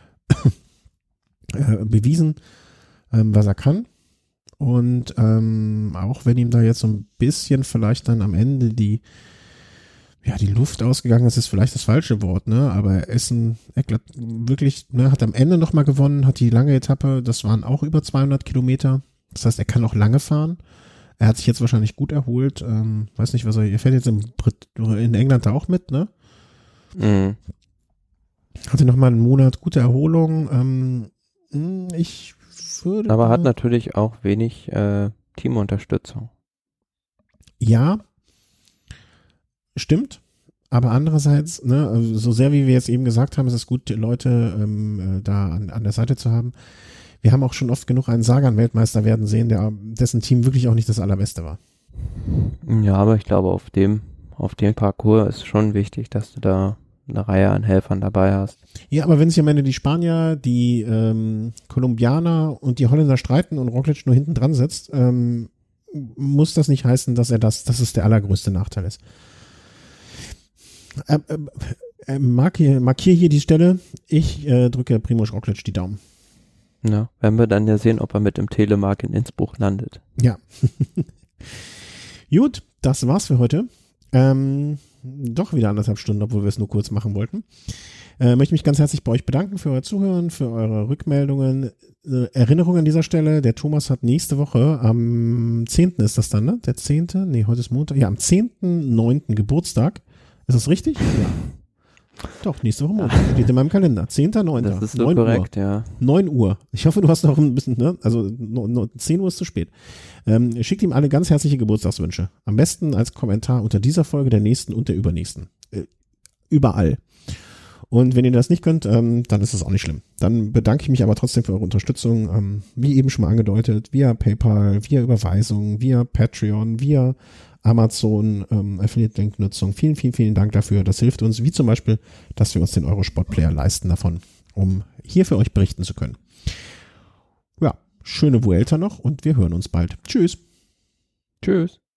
äh, bewiesen, ähm, was er kann. Und ähm, auch wenn ihm da jetzt so ein bisschen vielleicht dann am Ende die ja, die Luft ausgegangen ist, ist vielleicht das falsche Wort, ne, aber er ist ein, er glaub, wirklich, ne, hat am Ende nochmal gewonnen, hat die lange Etappe, das waren auch über zweihundert Kilometer, das heißt, er kann auch lange fahren, er hat sich jetzt wahrscheinlich gut erholt, ähm, weiß nicht, was er, er fährt jetzt in, Brit, in England da auch mit, ne, mhm. hatte nochmal einen Monat gute Erholung, ähm, ich würde... Aber hat natürlich auch wenig äh, Teamunterstützung. Ja, stimmt, aber andererseits, ne, also so sehr wie wir jetzt eben gesagt haben, ist es gut, Leute ähm, da an, an der Seite zu haben. Wir haben auch schon oft genug einen Sagan-Weltmeister werden sehen, der, dessen Team wirklich auch nicht das allerbeste war. Ja, aber ich glaube, auf dem, auf dem Parcours ist schon wichtig, dass du da eine Reihe an Helfern dabei hast. Ja, aber wenn sich am Ende die Spanier, die ähm, Kolumbianer und die Holländer streiten und Roglic nur hinten dran sitzt, ähm, muss das nicht heißen, dass er das, dass es der allergrößte Nachteil ist. Äh, äh, äh, markier, markier hier die Stelle. Ich äh, drücke Primož Roglic die Daumen. Ja, werden wir dann ja sehen, ob er mit dem Telemark in Innsbruck landet. Ja. Gut, das war's für heute. Ähm, doch wieder anderthalb Stunden, obwohl wir es nur kurz machen wollten. Äh, möchte mich ganz herzlich bei euch bedanken für euer Zuhören, für eure Rückmeldungen. Äh, Erinnerung an dieser Stelle, der Thomas hat nächste Woche, am zehnten ist das dann, ne? Der zehnte Nee, heute ist Montag. Ja, am zehnten neunten Geburtstag. Ist das richtig? Ja. Doch, nächste Woche Montag. Steht in meinem Kalender. zehnter neunter Das ist so korrekt, Uhr. ja. neun Uhr. Ich hoffe, du hast noch ein bisschen, ne? Also no, no, zehn Uhr ist zu spät. Ähm, schickt ihm alle ganz herzliche Geburtstagswünsche. Am besten als Kommentar unter dieser Folge, der nächsten und der übernächsten. Äh, überall. Und wenn ihr das nicht könnt, ähm, dann ist das auch nicht schlimm. Dann bedanke ich mich aber trotzdem für eure Unterstützung. Ähm, wie eben schon mal angedeutet, via PayPal, via Überweisung, via Patreon, via Amazon, ähm, Affiliate-Link-Nutzung. Vielen, vielen, vielen Dank dafür. Das hilft uns, wie zum Beispiel, dass wir uns den Eurosport-Player leisten davon, um hier für euch berichten zu können. Ja, schöne Vuelta noch und wir hören uns bald. Tschüss. Tschüss.